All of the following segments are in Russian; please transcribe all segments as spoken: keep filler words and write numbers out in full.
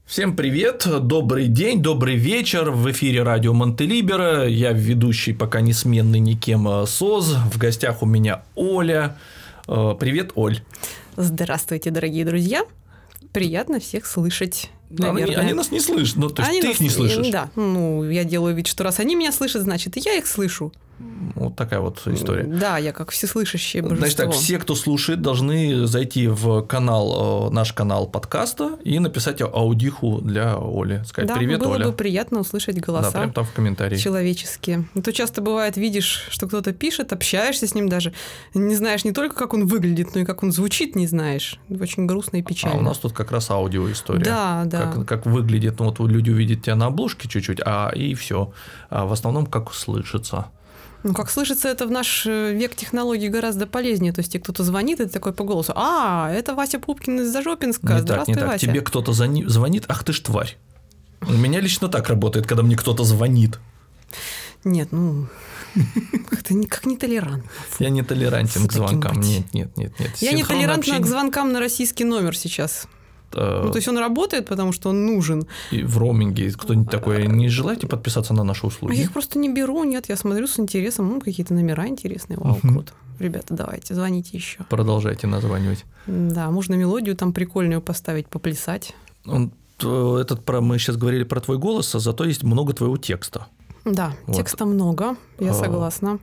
Всем привет, добрый день, добрый вечер, в эфире радио Монтелиберо, я ведущий пока не сменный никем СОЗ, в гостях у меня Оля. Привет, Оль. Здравствуйте, дорогие друзья, приятно всех слышать. Они, они нас не слышат, ну, то есть они ты нас, их не слышишь. Да, ну, я делаю вид, что раз они меня слышат, значит, и я их слышу. Вот такая вот история. Да, я как всеслышащее божество. Значит так, все, кто слушает, должны зайти в канал, наш канал подкаста и написать аудиху для Оли. Сказать: да, привет, было Оля. бы приятно услышать голоса. Да, прям там в комментарии. Человеческие. То часто бывает, видишь, что кто-то пишет, общаешься с ним даже, не знаешь не только, как он выглядит, но и как он звучит, не знаешь. Очень грустно и печально. А у нас тут как раз аудиоистория. Да, да. Как, как выглядит, ну вот люди увидят тебя на обложке чуть-чуть, а и все. А в основном как слышится. Ну, как слышится, это в наш век технологий гораздо полезнее. То есть, тебе кто-то звонит, и ты такой по голосу: а, это Вася Пупкин из Зажопинска. Не Здравствуй, так, не Вася. так. Тебе кто-то звонит, ах ты ж тварь. У меня лично так работает, когда мне кто-то звонит. Нет, ну, как-то не, как нетолерантно. Я не толерантен к звонкам. Нет, нет, нет, нет. Я не толерантна к звонкам на российский номер сейчас. Ну, то есть он работает, потому что он нужен. И в роуминге кто-нибудь такой: не желаете подписаться на наши услуги? Я их просто не беру, нет, я смотрю с интересом, ну, какие-то номера интересные, вау, круто. Ребята, давайте, звоните еще. Продолжайте названивать. Да, можно мелодию там прикольную поставить, поплясать. Он, этот, про, мы сейчас говорили про твой голос, а зато есть много твоего текста. Да, вот. Текста много, я согласна.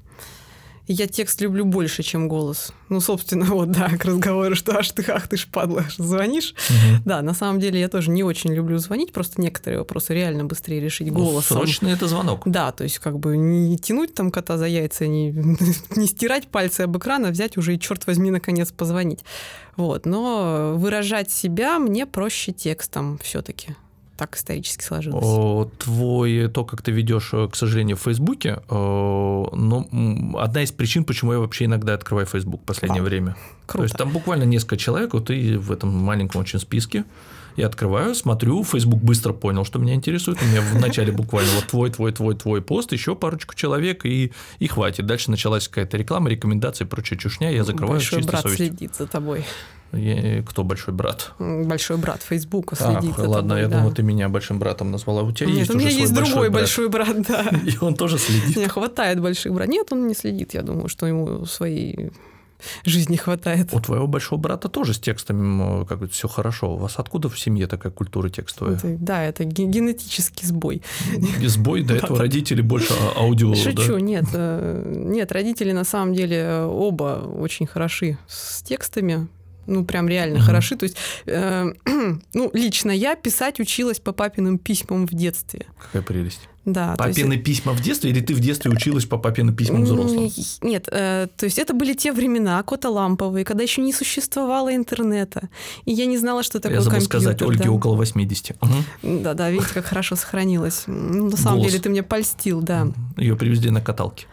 Я текст люблю больше, чем голос. Ну, собственно, вот, да, к разговору, что аж ты, ах ты ж падла, звонишь. Угу. Да, на самом деле я тоже не очень люблю звонить, просто некоторые вопросы реально быстрее решить голосом. Ну, срочный это звонок. Да, то есть как бы не тянуть там кота за яйца, не, не стирать пальцы об экран, а взять уже и, черт возьми, наконец позвонить. Вот, но выражать себя мне проще текстом все-таки. Так исторически сложилось. О, твой, то, как ты ведешь, к сожалению, в Фейсбуке, ну, одна из причин, почему я вообще иногда открываю Фейсбук в последнее Вау. время. Круто. То есть там буквально несколько человек, вот ты в этом маленьком очень списке. Я открываю, смотрю, Фейсбук быстро понял, что меня интересует. У меня в начале буквально вот твой, твой, твой, твой пост, еще парочку человек, и, и хватит. Дальше началась какая-то реклама, рекомендации, прочая чушня, я закрываю Большой чистой брат совестью. следит за тобой. Я... Кто большой брат? Большой брат Фейсбука следит а, за ладно, тобой. я да. думал, ты меня большим братом назвала. У тебя Нет, есть у меня уже есть свой другой большой брат. большой брат, да. И он тоже следит. Мне хватает больших братьев. Нет, он не следит, я думаю, что ему своей жизни хватает. У твоего большого брата тоже с текстами как бы все хорошо. У вас откуда в семье такая культура текстовая? Это, да, это генетический сбой. Сбой, до этого родители больше аудио. Шучу, нет. Нет, родители на самом деле оба очень хороши с текстами. Ну, прям реально uh-huh. хороши. То есть, э, ну, лично я писать училась по папиным письмам в детстве. Какая прелесть. Да, папины есть... письма в детстве, или ты в детстве училась по папиным письмам взрослым? Нет, э, то есть это были те времена котоламповые, когда еще не существовало интернета, и я не знала, что такое компьютер. Я забыл сказать, Ольге да. около восьмидесяти. Угу. Да-да, видите, как хорошо сохранилось. Ну, на самом Голос. деле ты меня польстил, да. Ее привезли на каталке.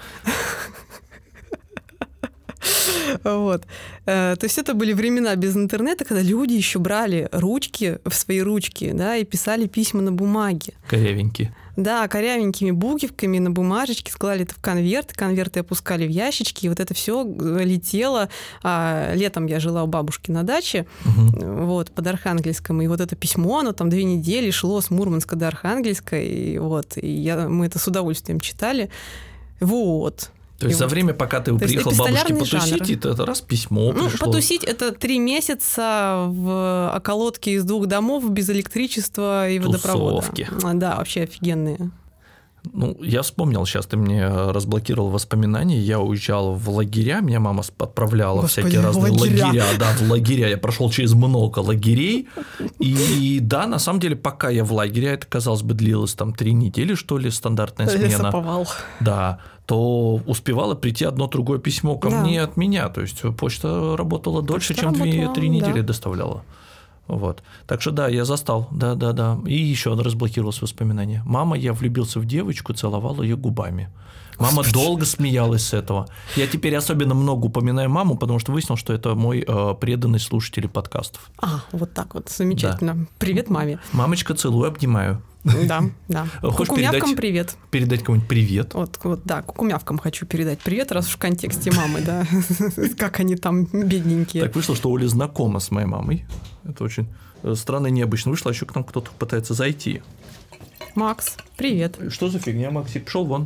Вот. То есть это были времена без интернета, когда люди еще брали ручки в свои ручки, да, и писали письма на бумаге. Корявенькие. Да, корявенькими буковками на бумажечке, складывали это в конверт, конверты опускали в ящички, и вот это все летело. А летом я жила у бабушки на даче, угу. вот, под Архангельском, и вот это письмо, оно там две недели шло с Мурманска до Архангельска, и вот, и я, мы это с удовольствием читали. Вот. То есть и за вот. время, пока ты приехал к бабушке потусить, жанр. это раз письмо ну, пришло. Потусить – это три месяца в околотке из двух домов без электричества и водопровода. Тусовки. Да, вообще офигенные. Ну, я вспомнил сейчас, ты мне разблокировал воспоминания. Я уезжал в лагеря, меня мама отправляла Господи, всякие разные лагеря. лагеря. Да, в лагеря. Я прошел через много лагерей. И да, на самом деле, пока я в лагере, это, казалось бы, длилось там три недели, что ли, стандартная смена. Лесоповал. Да. То успевало прийти одно другое письмо ко да. мне от меня. То есть почта работала дольше, почта чем две-три недели да. доставляла. Вот. Так что да, я застал, да-да-да. И еще разблокировалось воспоминание. Мама, я влюбился в девочку, целовал ее губами. Мама Господи. долго смеялась с этого. Я теперь особенно много упоминаю маму, потому что выяснил, что это мой э, преданный слушатель подкастов. А, вот так вот, замечательно. Да. Привет маме. Мамочка, целую, обнимаю. Да, да. Хочешь кукумявкам передать, привет. Передать кому-нибудь привет. Вот, вот, да, кукумявкам хочу передать привет, раз уж в контексте мамы, да. Как они там бедненькие. Так вышло, что Оля знакома с моей мамой. Это очень странно и необычно вышло, а еще к нам кто-то пытается зайти. Макс, привет. Что за фигня, Максик? Пошел вон.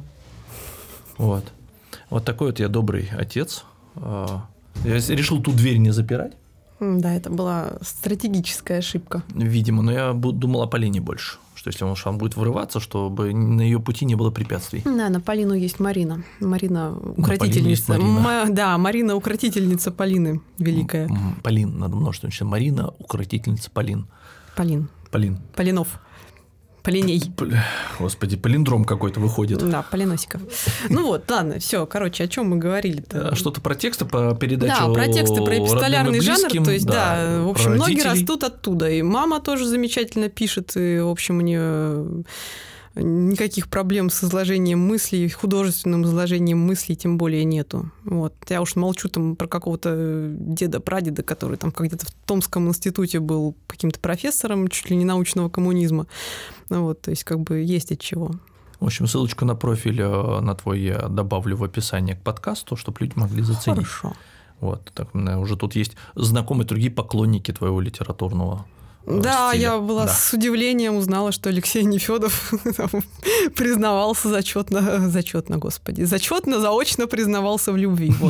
Вот. Вот такой вот я добрый отец. Я решил ту дверь не запирать. Да, это была стратегическая ошибка. Видимо, но я думал о Полине больше. Что если он, он будет вырываться, чтобы на ее пути не было препятствий. Да, на Полину есть Марина. Марина укротительница. Марина. М- да, Марина укротительница Полины великая. Полин, надо множество. Марина укротительница Полин. Полин. Полин. Полинов. Полиней. Господи, полиндром какой-то выходит. Да, полиносиков. Ну вот, ладно, все, короче, о чем мы говорили-то? Что-то про тексты, по передаче. Да, про тексты, про эпистолярный жанр. То есть, да, да в общем, многие растут оттуда. И мама тоже замечательно пишет, и, в общем, у нее никаких проблем с изложением мыслей, художественным изложением мыслей тем более нету. Вот. Я уж молчу там про какого-то деда-прадеда, который там где-то в Томском институте был каким-то профессором чуть ли не научного коммунизма. Вот, то есть как бы есть от чего. В общем, ссылочку на профиль на твой я добавлю в описание к подкасту, чтобы люди могли заценить. Хорошо. Вот, так, уже тут есть знакомые другие поклонники твоего литературного Да, стиля. Я была да. с удивлением узнала, что Алексей Нефёдов признавался зачетно, зачетно, господи, зачетно, заочно признавался в любви. Вот.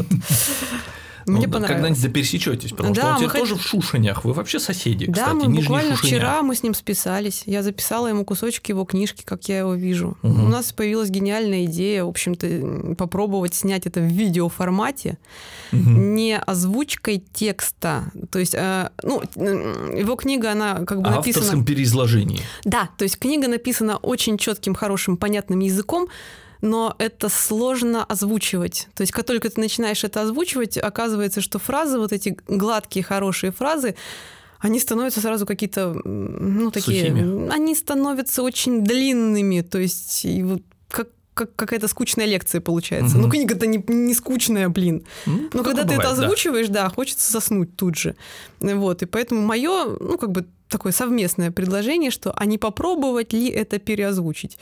Мне ну, понравилось. Когда-нибудь да пересечетесь, потому да, что он теперь хот... тоже в Шушинях. Вы вообще соседи, да, кстати, мы Нижний буквально Шушиня. Вчера мы с ним списались. Я записала ему кусочек его книжки, как я его вижу. Угу. У нас появилась гениальная идея, в общем-то, попробовать снять это в видеоформате, угу. не озвучкой текста. То есть, э, ну, его книга, она как бы а написана... авторском переизложении. Да, то есть книга написана очень четким, хорошим, понятным языком, но это сложно озвучивать. То есть, как только ты начинаешь это озвучивать, оказывается, что фразы, вот эти гладкие, хорошие фразы, они становятся сразу какие-то, ну, такие... Сухими. Они становятся очень длинными, то есть, и вот как, как какая-то скучная лекция получается. Угу. Ну, книга-то не, не скучная, блин. Ну, но когда бывает, ты это озвучиваешь, да. да, хочется заснуть тут же. Вот, и поэтому мое, ну, как бы такое совместное предложение, что а не попробовать ли это переозвучить?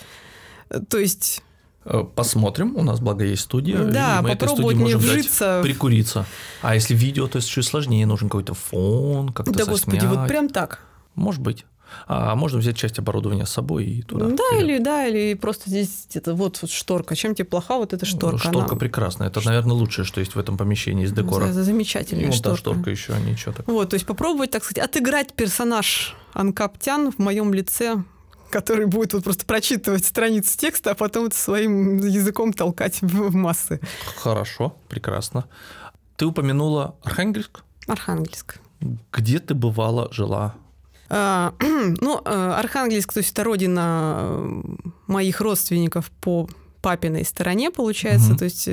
То есть... Посмотрим, у нас, благо, есть студия, да, и мы этой студии можем вжиться... дать прикуриться. А если видео, то есть чуть сложнее, нужен какой-то фон, как-то да, заснять. господи, вот прям так. Может быть. А можно взять часть оборудования с собой и туда. Да, или, да, или просто здесь это вот, вот шторка. Чем тебе плоха вот эта шторка? Шторка Она... прекрасная. Это, наверное, лучшее, что есть в этом помещении из декора. Это замечательная и шторка. Вот та шторка еще, ничего такого. Вот, то есть попробовать, так сказать, отыграть персонаж Анкаптян в моем лице, который будет вот просто прочитывать страницу текста, а потом это своим языком толкать в массы. Хорошо, прекрасно. Ты упомянула Архангельск? Архангельск. Где ты бывала, жила? А, ну, Архангельск, то есть это родина моих родственников по папиной стороне, получается. Угу. То есть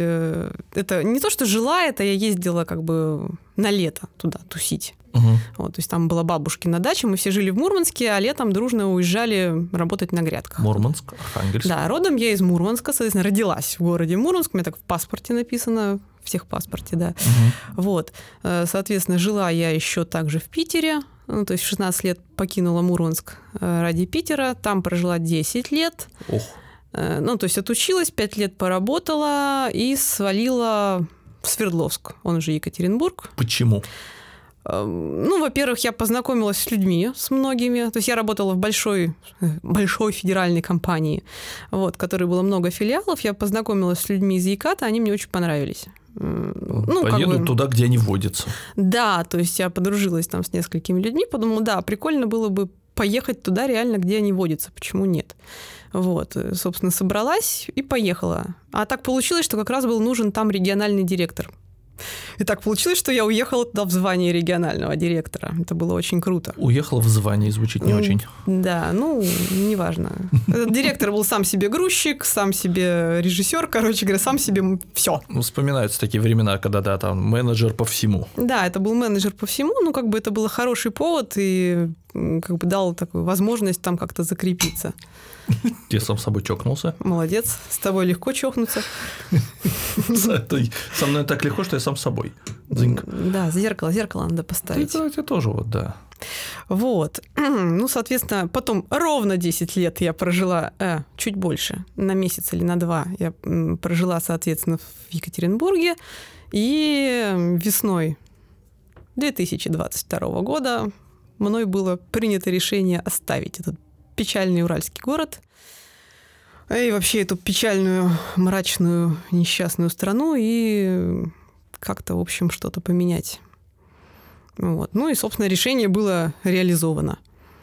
это не то, что жила, это я ездила как бы на лето туда тусить. Угу. Вот, то есть там была бабушкина дача, мы все жили в Мурманске, а летом дружно уезжали работать на грядках. Мурманск, Архангельск. Да, родом я из Мурманска, соответственно, родилась в городе Мурманск, у меня так в паспорте написано, в техпаспорте, да. Угу. Вот, соответственно, жила я еще также в Питере, ну, то есть в шестнадцать лет покинула Мурманск ради Питера, там прожила десять лет. Ох. Ну, то есть отучилась, пять лет поработала и свалила в Свердловск, он же Екатеринбург. Почему? Ну, во-первых, я познакомилась с людьми, с многими. То есть я работала в большой, большой федеральной компании, вот, в которой было много филиалов. Я познакомилась с людьми из Еката, они мне очень понравились. Ну, поеду как бы... туда, где они водятся. Да, то есть я подружилась там с несколькими людьми, подумала, да, прикольно было бы поехать туда реально, где они водятся, почему нет? Вот, собственно, собралась и поехала. А так получилось, что как раз был нужен там региональный директор. И так получилось, что я уехала туда в звании регионального директора. Это было очень круто. Уехала в звании, звучит не очень. Да, ну, неважно. Этот директор был сам себе грузчик, сам себе режиссер, короче говоря, сам себе все. Вспоминаются такие времена, когда, да, там менеджер по всему. Да, это был менеджер по всему, ну, как бы это был хороший повод и как бы дал такую возможность там как-то закрепиться. Ты сам с собой чокнулся? Молодец, с тобой легко чокнуться. Со мной так легко, что я сам с собой. Да, зеркало, зеркало надо поставить. Это тоже вот, да. Вот. Ну, соответственно, потом ровно десять лет я прожила, э, чуть больше, на месяц или на два я прожила, соответственно, в Екатеринбурге. И весной две тысячи двадцать второго года мной было принято решение оставить этот печальный уральский город и вообще эту печальную, мрачную, несчастную страну и как-то, в общем, что-то поменять. Вот. Ну и, собственно, решение было реализовано.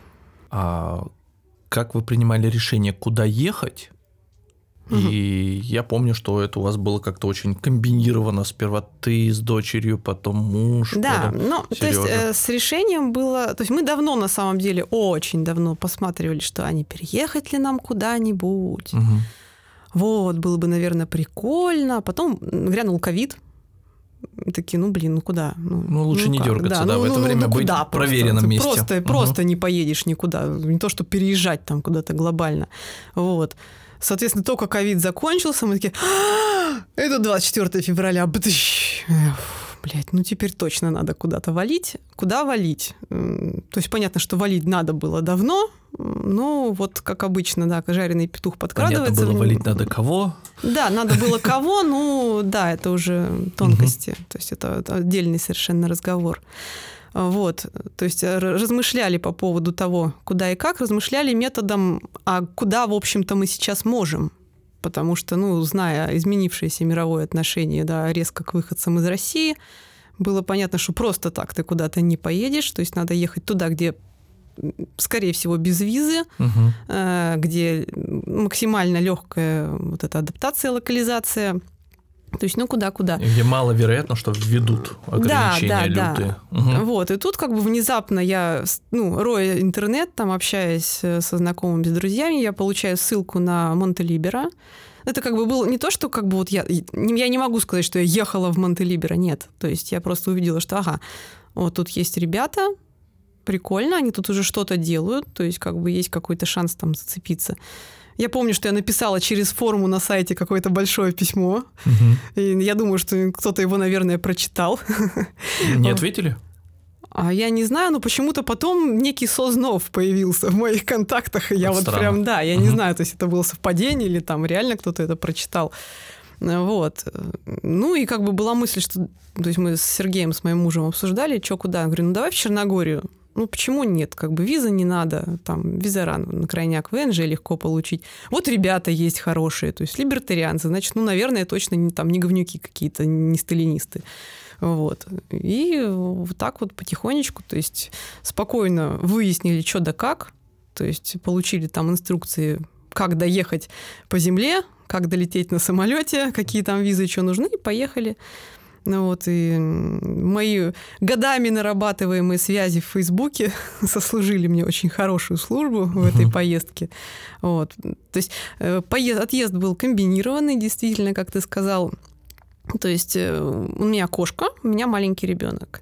А как вы принимали решение, куда ехать? И угу. я помню, что это у вас было как-то очень комбинировано. Сперва ты с дочерью, потом муж, да, потом ну, то есть э, с решением было... То есть мы давно, на самом деле, очень давно посматривали, что а не переехать ли нам куда-нибудь. Угу. Вот, было бы, наверное, прикольно. Потом грянул ковид. Такие, ну, блин, ну куда? Ну, ну лучше ну не как? дергаться, да, да, ну, в это ну, время ну, быть куда в проверенном просто? месте. Просто, угу. просто не поедешь никуда. Не то, что переезжать там куда-то глобально. Вот. Соответственно, только ковид закончился, мы такие, это двадцать четвёртого февраля, блядь, ну теперь точно надо куда-то валить. Куда валить? То есть понятно, что валить надо было давно, но вот как обычно, да, жареный петух подкрадывается. Понятно было, валить надо кого? Да, надо было кого, ну да, это уже тонкости, то есть это отдельный совершенно разговор. Вот, то есть размышляли по поводу того, куда и как, размышляли методом, а куда, в общем-то, мы сейчас можем. Потому что, ну, зная изменившееся мировое отношение, да, резко к выходцам из России, было понятно, что просто так ты куда-то не поедешь, то есть надо ехать туда, где, скорее всего, без визы, угу. где максимально легкая вот эта адаптация, локализация. То есть, ну, куда-куда. Где маловероятно, что введут ограничения да, да, лютые. Да. Угу. Вот, и тут как бы внезапно я, ну, роя интернет, там, общаясь со знакомыми, с друзьями, я получаю ссылку на Монтелиберо. Это как бы было не то, что как бы вот я... Я не могу сказать, что я ехала в Монтелиберо, нет. То есть я просто увидела, что, ага, вот тут есть ребята, прикольно, они тут уже что-то делают, то есть как бы есть какой-то шанс там зацепиться. Я помню, что я написала через форму на сайте какое-то большое письмо. Угу. И я думаю, что кто-то его, наверное, прочитал. Не ответили? А я не знаю, но почему-то потом некий Сознов появился в моих контактах. И я вот странно. прям, да, я угу. не знаю, то есть это было совпадение или там реально кто-то это прочитал. Вот. Ну и как бы была мысль, что... То есть мы с Сергеем, с моим мужем обсуждали, что куда. Я говорю, ну давай в Черногорию. Ну, почему нет? Как бы виза не надо, там, визаран на крайняк ВНЖ легко получить. Вот ребята есть хорошие, то есть либертарианцы, значит, ну, наверное, точно не, там, не говнюки какие-то, не сталинисты. Вот. И вот так вот потихонечку, то есть спокойно выяснили, что да как, то есть получили там инструкции, как доехать по земле, как долететь на самолете, какие там визы, что нужны, и поехали. Ну вот, и мои годами нарабатываемые связи в Фейсбуке сослужили мне очень хорошую службу в этой uh-huh. поездке. Вот. То есть поезд, отъезд был комбинированный, действительно, как ты сказал. То есть у меня кошка, у меня маленький ребенок.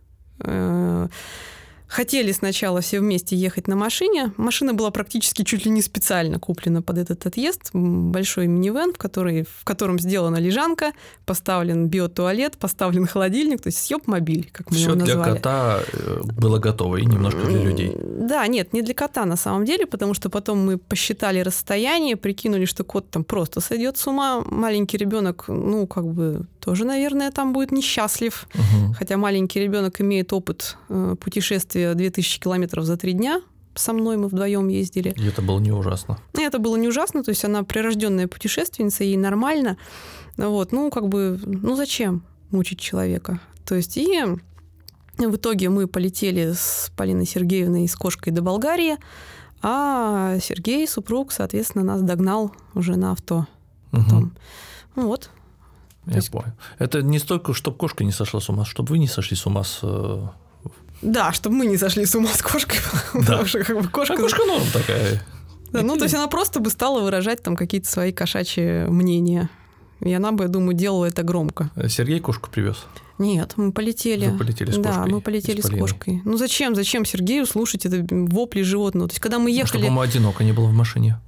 Хотели сначала все вместе ехать на машине. Машина была практически чуть ли не специально куплена под этот отъезд. Большой минивэн, в, который, в котором сделана лежанка, поставлен биотуалет, поставлен холодильник, то есть съёб-мобиль, как мы Всё его назвали. Все для кота было готово, и немножко для людей. Да, нет, не для кота на самом деле, потому что потом мы посчитали расстояние, прикинули, что кот там просто сойдет с ума. Маленький ребенок, ну, как бы тоже, наверное, там будет несчастлив. Угу. Хотя маленький ребенок имеет опыт путешествия две тысячи километров за три дня. Со мной мы вдвоем ездили. И это было не ужасно. И это было не ужасно, то есть она прирожденная путешественница, ей нормально. Вот, ну, как бы, ну, зачем мучить человека? То есть и в итоге мы полетели с Полиной Сергеевной и с кошкой до Болгарии, а Сергей, супруг, соответственно, нас догнал уже на авто потом. Угу. Ну, вот. Я есть... понял. Это не столько, чтобы кошка не сошла с ума, чтобы вы не сошли с ума с... Да, чтобы мы не сошли с ума с кошкой, да. Потому что как бы кошка... А кошка норм такая. Да, ну, то есть она просто бы стала выражать там какие-то свои кошачьи мнения. И она бы, я думаю, делала это громко. Сергей кошку привез? Нет, мы полетели. Вы полетели с кошкой? Да, мы полетели с, с кошкой. Ну зачем, зачем Сергею слушать это вопли животного? То есть когда мы ехали... Ну, чтобы ему одиноко не было в машине.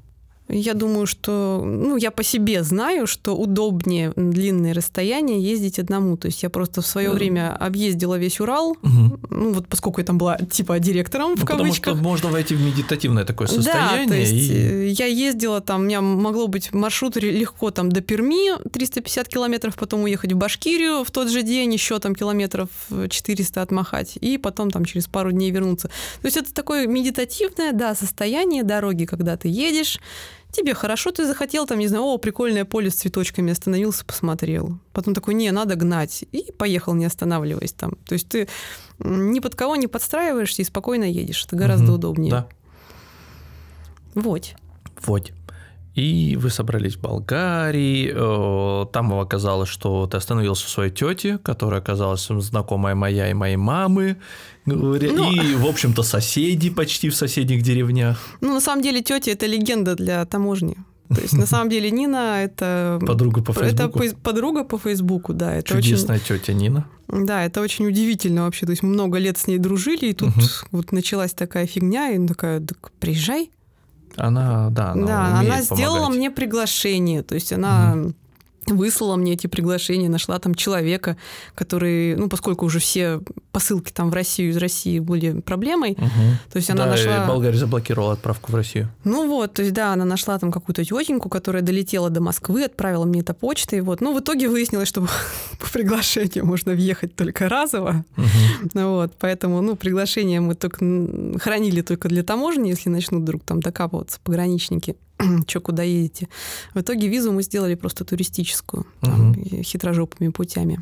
Я думаю, что... Ну, я по себе знаю, что удобнее длинные расстояния ездить одному. То есть я просто в свое mm. время объездила весь Урал, mm-hmm. ну, вот поскольку я там была типа директором, в ну, кавычках. Потому что можно войти в медитативное такое состояние. Да, то есть и... я ездила там, у меня могло быть маршрут легко там до Перми, триста пятьдесят километров, потом уехать в Башкирию в тот же день, еще там километров четыреста отмахать, и потом там через пару дней вернуться. То есть это такое медитативное, да, состояние дороги, когда ты едешь, тебе хорошо, ты захотел, там, не знаю, о, прикольное поле с цветочками, остановился, посмотрел. Потом такой, не, надо гнать. И поехал, не останавливаясь там. То есть ты ни под кого не подстраиваешься и спокойно едешь. Это гораздо угу, удобнее. Да. Вот. Вот. И вы собрались в Болгарии, там оказалось, что ты остановился у своей тети, которая оказалась знакомая моя и моей мамы, ну, и, в общем-то, соседи почти в соседних деревнях. Ну, на самом деле, тетя – это легенда для таможни. То есть, на самом деле, Нина – это… Подруга по Фейсбуку? Это подруга по Фейсбуку, да. Это чудесная очень... тетя Нина. Да, это очень удивительно вообще. То есть, много лет с ней дружили, и тут угу. вот началась такая фигня, и она такая, так приезжай. Она, да, она, да, умеет она сделала помогать. мне приглашение, то есть она угу. выслала мне эти приглашения, нашла там человека, который, ну, поскольку уже все посылки там в Россию из России были проблемой, угу. то есть она да, нашла... Болгария заблокировала отправку в Россию. Ну вот, то есть да, она нашла там какую-то тетеньку, которая долетела до Москвы, отправила мне это почтой, вот. Ну, в итоге выяснилось, что по приглашению можно въехать только разово, угу. вот, поэтому, ну, приглашение мы только хранили только для таможни, если начнут вдруг там докапываться пограничники. Чё, куда едете. В итоге визу мы сделали просто туристическую, там, угу. хитрожопыми путями.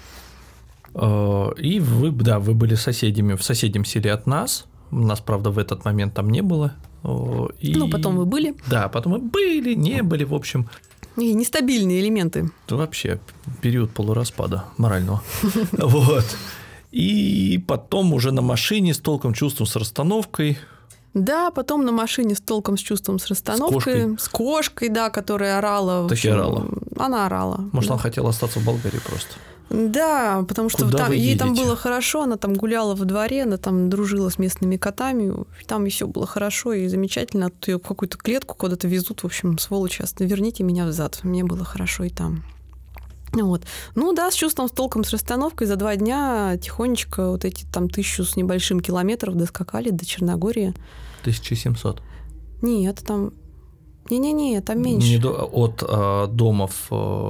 И вы, да, вы были соседями в соседнем селе от нас. Нас, правда, в этот момент там не было. И... Ну, потом вы были. Да, потом мы были, не были, в общем. И нестабильные элементы. Вообще, период полураспада морального. Вот. И потом уже на машине с толком, чувством, с расстановкой... Да, потом на машине с толком, с чувством, с расстановкой. С кошкой, с кошкой, да, которая орала. Так и орала. Она орала. Может, да. она хотела остаться в Болгарии просто? Да, потому что там, ей там было хорошо, она там гуляла во дворе, она там дружила с местными котами, там все было хорошо и замечательно. А тут ее в какую-то клетку куда-то везут, в общем, сволочи, верните меня взад, мне было хорошо и там. Вот. Ну да, с чувством, с толком, с расстановкой за два дня тихонечко вот эти там тысячу с небольшим километров доскакали до Черногории. тысяча семьсот? Нет, там... Не-не-не, там меньше. Не до... От а, дома в,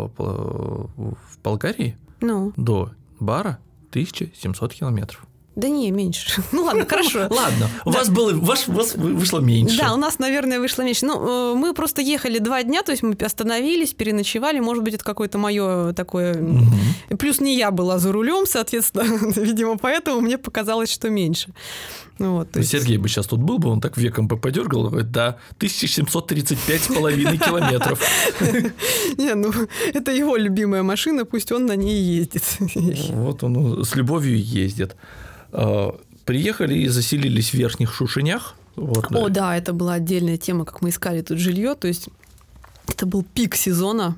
в Болгарии ну. до бара тысяча семьсот километров. Да не, меньше. Ну ладно, хорошо. Ладно, у вас было, у вас вышло меньше. Да, у нас, наверное, вышло меньше. Ну, мы просто ехали два дня, то есть мы остановились, переночевали. Может быть, это какое-то мое такое... Плюс не я была за рулем, соответственно, видимо, поэтому мне показалось, что меньше. Вот, есть... Сергей бы сейчас тут был бы, он так веком бы подергал, говорит, да, тысяча семьсот тридцать пять с половиной километров. Не, ну, это его любимая машина, пусть он на ней ездит. Вот он с любовью ездит. Приехали и заселились в Верхних Шушенях. Вот, О, да. да, это была отдельная тема, как мы искали тут жилье. То есть это был пик сезона.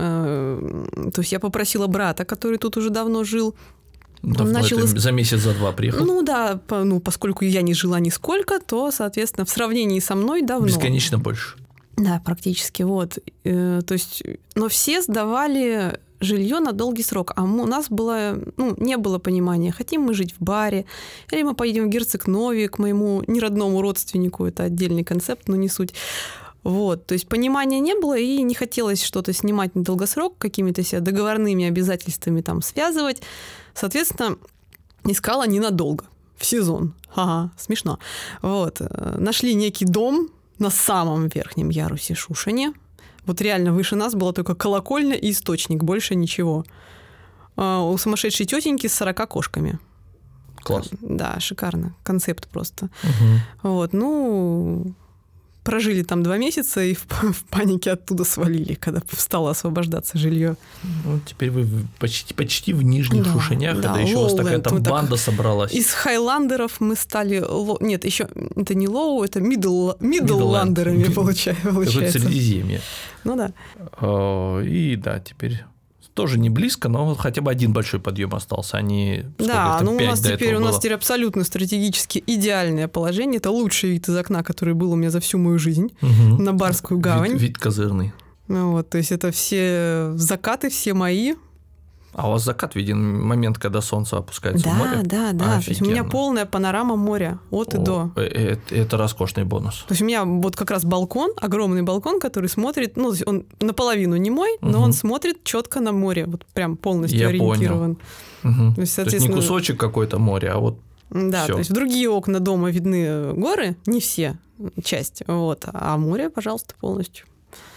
То есть я попросила брата, который тут уже давно жил. Давно, начал... это за месяц, за два приехал? Ну да, по, ну, поскольку я не жила нисколько, то, соответственно, в сравнении со мной давно. Бесконечно больше. Да, практически. Вот. То есть, но все сдавали... жилье на долгий срок. А у нас было, ну, не было понимания, хотим мы жить в баре, или мы поедем в Герцег-Нови к моему неродному родственнику, это отдельный концепт, но не суть. Вот, то есть понимания не было, и не хотелось что-то снимать на долгосрок, какими-то себя договорными обязательствами там связывать. Соответственно, искала ненадолго, в сезон. Ага, смешно. Вот, нашли некий дом на самом верхнем ярусе Шушени. Вот реально выше нас была только колокольня и источник, больше ничего. У сумасшедшей тетеньки с сорока кошками. Класс. Да, шикарно. Концепт просто. Угу. Вот, ну, прожили там два месяца и в, в панике оттуда свалили, когда стало освобождаться жилье. Ну, теперь вы почти, почти в Нижних да, Шушенях, да, да еще у вас такая там банда так, собралась. Из хайландеров мы стали... Нет, еще это не лоу, это мидл, мидлландерами получается. Какое-то Средиземье. Ну да. И да, теперь тоже не близко, но хотя бы один большой подъем остался, а не да, ну у нас теперь у нас было. теперь абсолютно стратегически идеальное положение. Это лучший вид из окна, который был у меня за всю мою жизнь, угу. на Барскую гавань. Вид, вид козырный. Вот, то есть это все закаты, все мои. А у вас закат виден момент, когда солнце опускается да, в море? Да, да, да. То есть у меня полная панорама моря от О, и до. Это, это роскошный бонус. То есть у меня вот как раз балкон, огромный балкон, который смотрит, ну, он наполовину не мой, но угу. он смотрит четко на море, вот прям полностью Я ориентирован. Понял. Угу. То есть, соответственно... то есть не кусочек какой-то моря, а вот да, всё. То есть в другие окна дома видны горы, не все, часть, вот, а море, пожалуйста, полностью.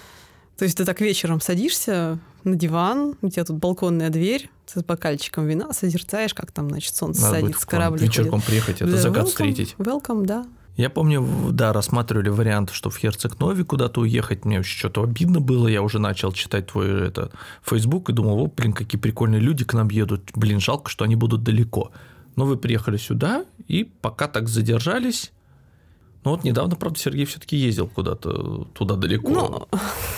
То есть ты так вечером садишься на диван, у тебя тут балконная дверь с бокальчиком вина, созерцаешь, как там, значит, солнце Надо садится, корабли вечерком ходят. приехать, это да, закат welcome, встретить. Welcome, да. Я помню, да, рассматривали вариант, что в Херцег-Нови куда-то уехать. Мне что-то обидно было. Я уже начал читать твой это, Facebook и думал, о, блин, какие прикольные люди к нам едут. Блин, жалко, что они будут далеко. Но вы приехали сюда и пока так задержались. Ну вот недавно, правда, Сергей все-таки ездил куда-то туда далеко. Ну...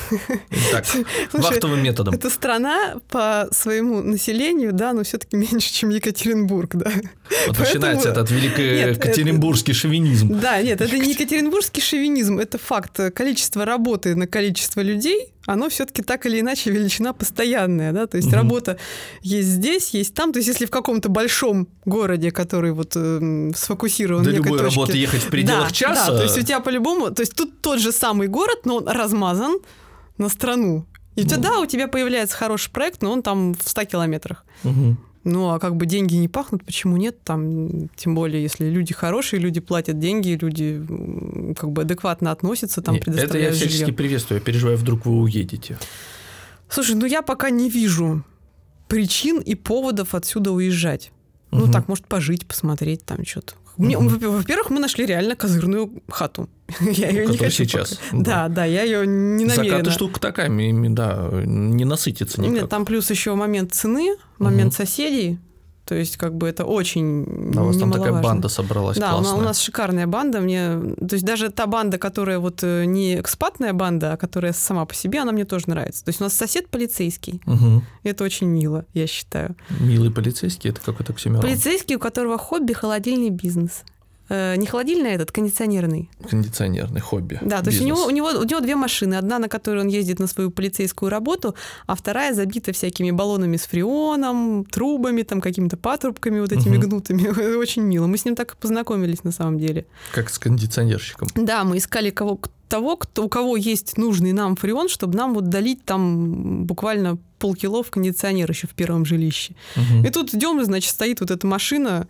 Так, вахтовым методом. Это страна по своему населению, да, но все-таки меньше, чем Екатеринбург, да. Вот Поэтому... начинается этот великоекатеринбургский это... шовинизм. Да, нет, это не екатеринбургский шовинизм, это факт. Количество работы на количество людей, оно все-таки так или иначе величина постоянная, да, то есть угу. работа есть здесь, есть там, то есть если в каком-то большом городе, который вот э, сфокусирован до в некой любой точке, работы ехать в пределах да, часа. Да, то есть у тебя по-любому, то есть тут тот же самый город, но он размазан на страну. И у тебя, ну. да, у тебя появляется хороший проект, но он там в ста километрах. Угу. Ну, а как бы деньги не пахнут, почему нет? Там, тем более, если люди хорошие, люди платят деньги, люди как бы адекватно относятся, там нет, предоставляют это я всячески жилье. приветствую, я переживаю, вдруг вы уедете. Слушай, ну я пока не вижу причин и поводов отсюда уезжать. Угу. Ну, так, может, пожить, посмотреть там что-то. Мне, угу. Во-первых, мы нашли реально козырную хату. Я ее не хочу сейчас. Пока. Да, да, я ее не намерена. Закаты штука такая, да, не насытится никак. Нет, там плюс еще момент цены, момент угу. соседей. То есть, как бы это очень да, у вас там такая банда собралась да, классная. Да, у нас шикарная банда. Мне... То есть, даже та банда, которая вот не экспатная банда, а которая сама по себе, она мне тоже нравится. То есть, у нас сосед полицейский. Угу. Это очень мило, я считаю. Милый полицейский? Это какой-то оксюморон. Полицейский, у которого хобби холодильный бизнес. Не холодильный, а этот, кондиционерный. Кондиционерный хобби. Да, то есть у него, у, него, у него две машины. Одна, на которой он ездит на свою полицейскую работу, а вторая забита всякими баллонами с фреоном, трубами, там, какими-то патрубками вот этими угу. гнутыми. Очень мило. Мы с ним так и познакомились на самом деле. Как с кондиционерщиком. Да, мы искали кого, того, кто, у кого есть нужный нам фреон, чтобы нам вот долить там буквально полкило в кондиционер еще в первом жилище. Угу. И тут идем, значит, стоит вот эта машина.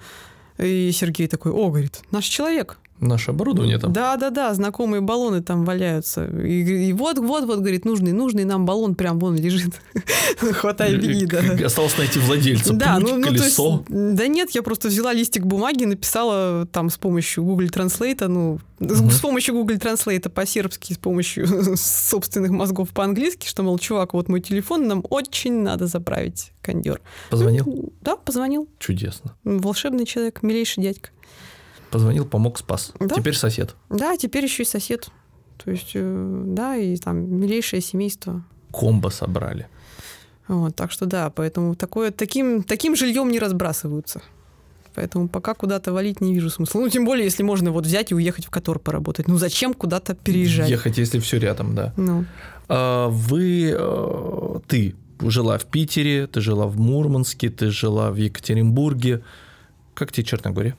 И Сергей такой, о, говорит, наш человек. Наше оборудование там. Да-да-да, знакомые баллоны там валяются. И вот-вот-вот, говорит, нужный, нужный нам баллон прям вон лежит. Хватай, беги, да. Осталось найти владельца, да, путь, ну, ну, колесо. Есть, да нет, я просто взяла листик бумаги, написала там с помощью Google Translate, ну, угу. с помощью Google Translate по-сербски, с помощью собственных мозгов по-английски, что, мол, чувак, вот мой телефон, нам очень надо заправить кондер. Позвонил? Ну, да, позвонил. Чудесно. Волшебный человек, милейший дядька. Позвонил, помог, спас. Да? Теперь сосед. Да, теперь еще и сосед. То есть, да, и там милейшее семейство. Комбо собрали. Вот, так что да, поэтому такое, таким, таким жильем не разбрасываются. Поэтому пока куда-то валить не вижу смысла. Ну, тем более, если можно вот взять и уехать в Котор поработать. Ну, зачем куда-то переезжать? Ехать, если все рядом, да. Ну. А, вы, ты жила в Питере, ты жила в Мурманске, ты жила в Екатеринбурге. Как тебе Черногория?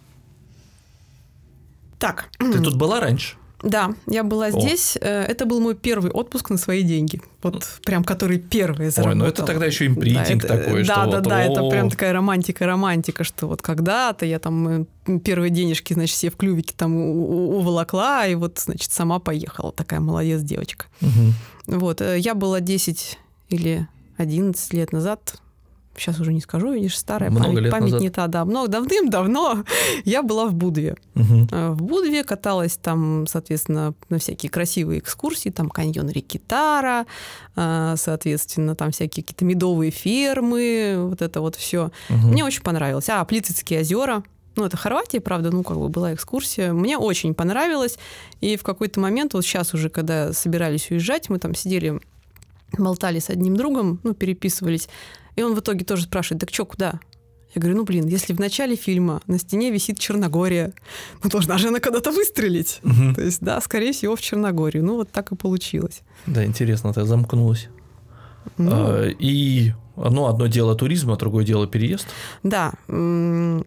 Так. Ты тут была раньше? Да, я была О. здесь. Это был мой первый отпуск на свои деньги. Вот прям который первый заработал. Ой, ну это тогда еще импринтинг да, такой. Да, что да, вот, да, о-о-о. это прям такая романтика-романтика, что вот когда-то я там первые денежки, значит, все в клювике там уволокла, и вот, значит, сама поехала. Такая молодец девочка. Угу. Вот, я была десять или одиннадцать лет назад. Сейчас уже не скажу, видишь, старая Много память, лет память назад. не та, да, много, давным-давно я была в Будве. Угу. В Будве каталась там, соответственно, на всякие красивые экскурсии, там каньон реки Тара, соответственно, там всякие какие-то медовые фермы, вот это вот все. Угу. Мне очень понравилось. А, Плитвицкие озера. Ну, это Хорватия, правда, ну, как бы была экскурсия. Мне очень понравилось. И в какой-то момент, вот сейчас уже, когда собирались уезжать, мы там сидели болтали с одним другом, ну, переписывались. И он в итоге тоже спрашивает: так что, куда? Я говорю: ну, блин, если в начале фильма на стене висит Черногория, ну, должна же она когда-то выстрелить. Угу. То есть, да, скорее всего, в Черногорию. Ну, вот так и получилось. Да, интересно, ты замкнулась. Ну, а, и ну, одно дело туризм, а другое дело переезд. Да. Ну,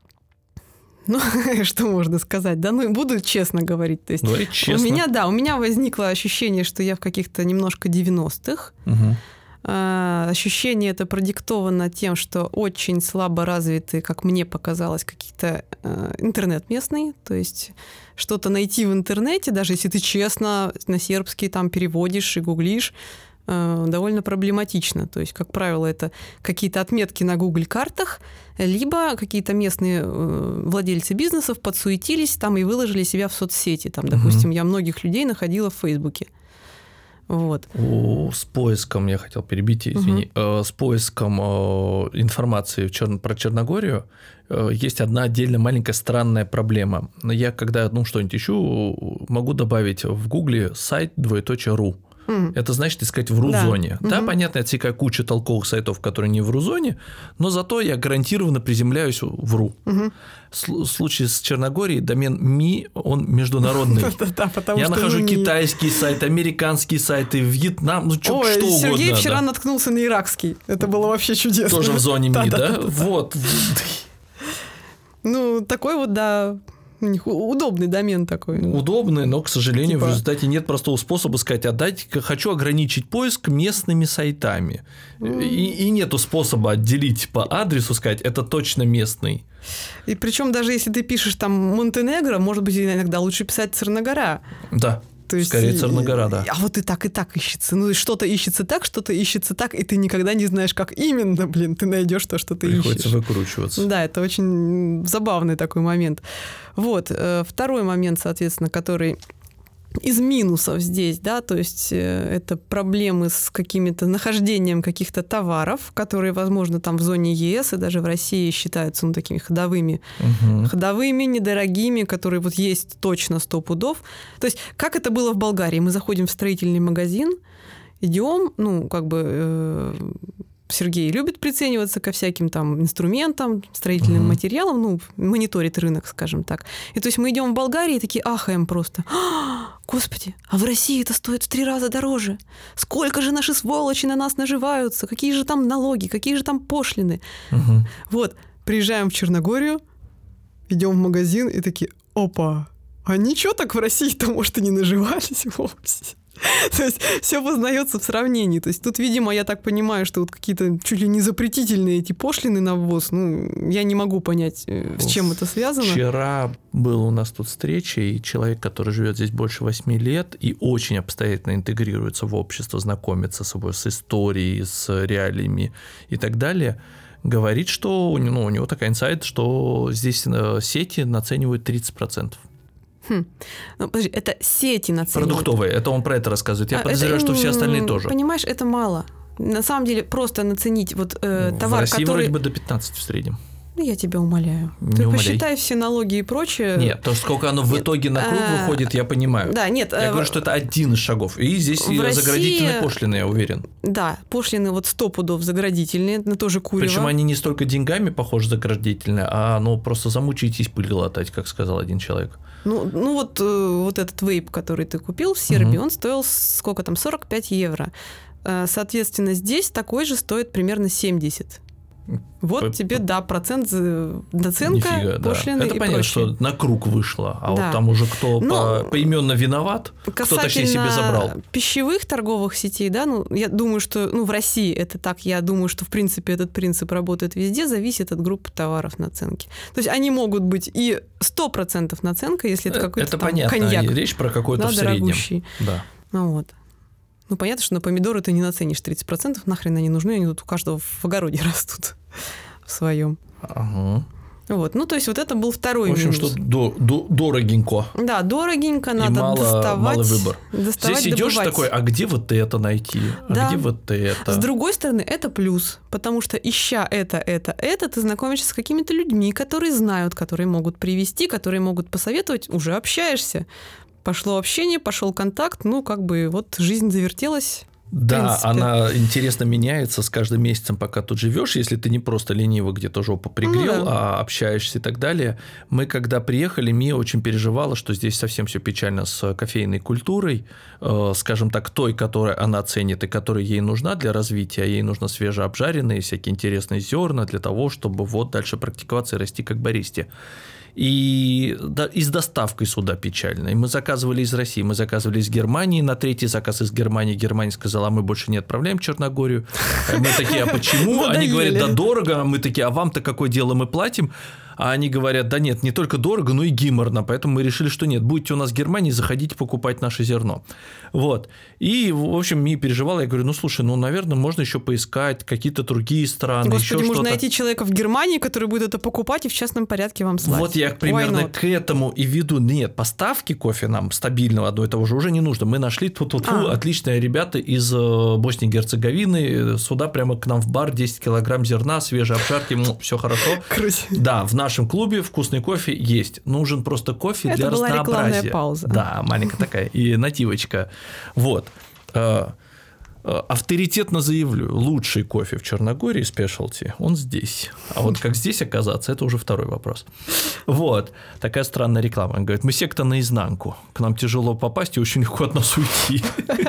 что можно сказать? Да, ну, буду честно говорить. То есть, говорить честно. У меня, да, у меня возникло ощущение, что я в каких-то немножко девяностых. Угу. Ощущение это продиктовано тем, что очень слабо развиты, как мне показалось, какие-то э, интернет местный, то есть что-то найти в интернете, даже если ты честно на сербский там переводишь и гуглишь, э, довольно проблематично. То есть, как правило, это какие-то отметки на Google-картах, либо какие-то местные э, владельцы бизнесов подсуетились там и выложили себя в соцсети. Там, допустим, угу. я многих людей находила в Фейсбуке. Вот. О, с поиском, я хотел перебить, извини, угу. э, с поиском э, информации в Чер... про Черногорию э, есть одна отдельно маленькая странная проблема. Я, когда ну, что-нибудь ищу, могу добавить в Гугле сайт двоеточие ру. Mm. Это значит искать в ру-зоне. Да, да, mm-hmm. понятно, отсекаю кучу толковых сайтов, которые не в ру-зоне, но зато я гарантированно приземляюсь в ру. Mm-hmm. В случае с Черногорией домен ми, он международный. Я нахожу китайский сайт, американский сайт, Вьетнам, ну что угодно. Сергей вчера наткнулся на иракский. Это было вообще чудесно. Тоже в зоне ми, да? Вот. Ну, такой вот, да... У них удобный домен такой. Удобный, но, к сожалению, типа... в результате нет простого способа сказать: отдать, хочу ограничить поиск местными сайтами. Mm. И, и нету способа отделить по адресу, сказать, это точно местный. И причем даже если ты пишешь там Монтенегро, может быть, иногда лучше писать Церногора. Да. То есть, скорее Церногора, да. А вот и так, и так ищется. Ну, и что-то ищется так, что-то ищется так, и ты никогда не знаешь, как именно, блин, ты найдешь то, что ты Приходится ищешь. Приходится выкручиваться. Да, это очень забавный такой момент. Вот. Второй момент, соответственно, который из минусов здесь, да, то есть это проблемы с какими-то нахождением каких-то товаров, которые, возможно, там в зоне ЕС и даже в России считаются ну, такими ходовыми, угу. ходовыми, недорогими, которые вот есть точно сто пудов. То есть как это было в Болгарии? Мы заходим в строительный магазин, идем, ну, как бы... Э- Сергей любит прицениваться ко всяким там инструментам, строительным uh-huh. материалам, ну, мониторит рынок, скажем так. И то есть мы идем в Болгарию и такие ахаем просто. А, Господи, а в России это стоит в три раза дороже. Сколько же наши сволочи на нас наживаются, какие же там налоги, какие же там пошлины. Uh-huh. Вот, приезжаем в Черногорию, идем в магазин и такие: опа, а ничего так в России-то, может, и не наживались вовсе. То есть все познается в сравнении. То есть тут, видимо, я так понимаю, что вот какие-то чуть ли не запретительные эти пошлины на ввоз, ну, я не могу понять, с чем это связано. Вчера была у нас тут встреча, и человек, который живет здесь больше восьми лет и очень обстоятельно интегрируется в общество, знакомится с собой, с историей, с реалиями и так далее, говорит, что ну, у него такой инсайт, что здесь сети наценивают тридцать процентов. Хм. Ну, подожди, это сети нацеливают. Продуктовые, это он про это рассказывает. Я а подозреваю, это, что все остальные тоже. Понимаешь, это мало. На самом деле, просто наценить вот, э, товар, в России который... вроде бы до пятнадцати в среднем. Ну, я тебя умоляю. Не Ты умоляй. Посчитай все налоги и прочее. Нет, то, сколько оно в итоге на круг а, выходит, я понимаю. Да, нет. Я а, говорю, что это один из шагов. И здесь и России... заградительные пошлины, я уверен. Да, пошлины вот сто пудов заградительные, на то же курево. Причем они не столько деньгами, похоже, заградительные, а ну просто замучаетесь пыль глотать, как сказал один человек. Ну, ну вот, вот этот вейп, который ты купил в Сербии, угу. он стоил сколько там, сорок пять евро. Соответственно, здесь такой же стоит примерно семьдесят. Вот П- тебе, да, процент наценка, Нифига, пошлины да. Это и понятно, прочее. что на круг вышло, а да. вот там уже кто Но по, поименно виноват, кто точнее себе забрал. Пищевых торговых сетей, да, ну, я думаю, что ну, в России это так, я думаю, что в принципе этот принцип работает везде, зависит от группы товаров наценки. То есть они могут быть и сто процентов наценка, если это какой-то это там понятно. коньяк. Речь про какой-то да, в среднем. Дорогущий. Да. Ну вот. Ну, понятно, что на помидоры ты не наценишь тридцать процентов, нахрен они нужны, они тут у каждого в огороде растут в своем. Ага. Вот, ну, то есть вот это был второй минус. В общем, минус. что до, до, дорогенько. Да, дорогенько, надо и мало, доставать. Малый выбор. Доставать, здесь идешь добывать. такой, а где вот это найти? А да. где вот это? С другой стороны, это плюс, потому что ища это, это, это, ты знакомишься с какими-то людьми, которые знают, которые могут привести, которые могут посоветовать, уже общаешься. Пошло общение, пошел контакт, ну, как бы вот жизнь завертелась Да, она интересно меняется с каждым месяцем, пока тут живешь, если ты не просто лениво где-то жопу пригрел, ну, да. а общаешься и так далее. Мы, когда приехали, Мия очень переживала, что здесь совсем все печально с кофейной культурой, э, скажем так, той, которую она ценит и которая ей нужна для развития, ей нужно свежеобжаренные, всякие интересные зерна для того, чтобы вот дальше практиковаться и расти как баристе. И, да, и с доставкой сюда печально. И мы заказывали из России, мы заказывали из Германии. На третий заказ из Германии Германия сказала, а мы больше не отправляем в Черногорию. Мы такие, а почему? Они говорят, да дорого. Мы такие, а вам-то какое дело, мы платим? А они говорят, да нет, не только дорого, но и геморно. Поэтому мы решили, что нет, будете у нас в Германии, заходите покупать наше зерно. Вот. И, в общем, Мия переживала. Я говорю, ну, слушай, ну, наверное, можно еще поискать какие-то другие страны. Господи, еще можно что-то. найти человека в Германии, который будет это покупать и в частном порядке вам слать. Вот я примерно к этому и веду. Нет, поставки кофе нам стабильного одного и того же уже не нужно. Мы нашли тут а. отличные ребята из Боснии и Герцеговины. Сюда прямо к нам в бар десять килограмм зерна, свежей обжарки, все хорошо. Круть. Да, в нашем клубе вкусный кофе есть. Нужен просто кофе это для была разнообразия. Рекламная пауза. Да, маленькая такая и нативочка. Вот. Авторитетно заявлю, лучший кофе в Черногории, спешалти, он здесь. А вот как здесь оказаться, это уже второй вопрос. Вот. Такая странная реклама. Он говорит, мы секта наизнанку. К нам тяжело попасть и очень легко от нас уйти.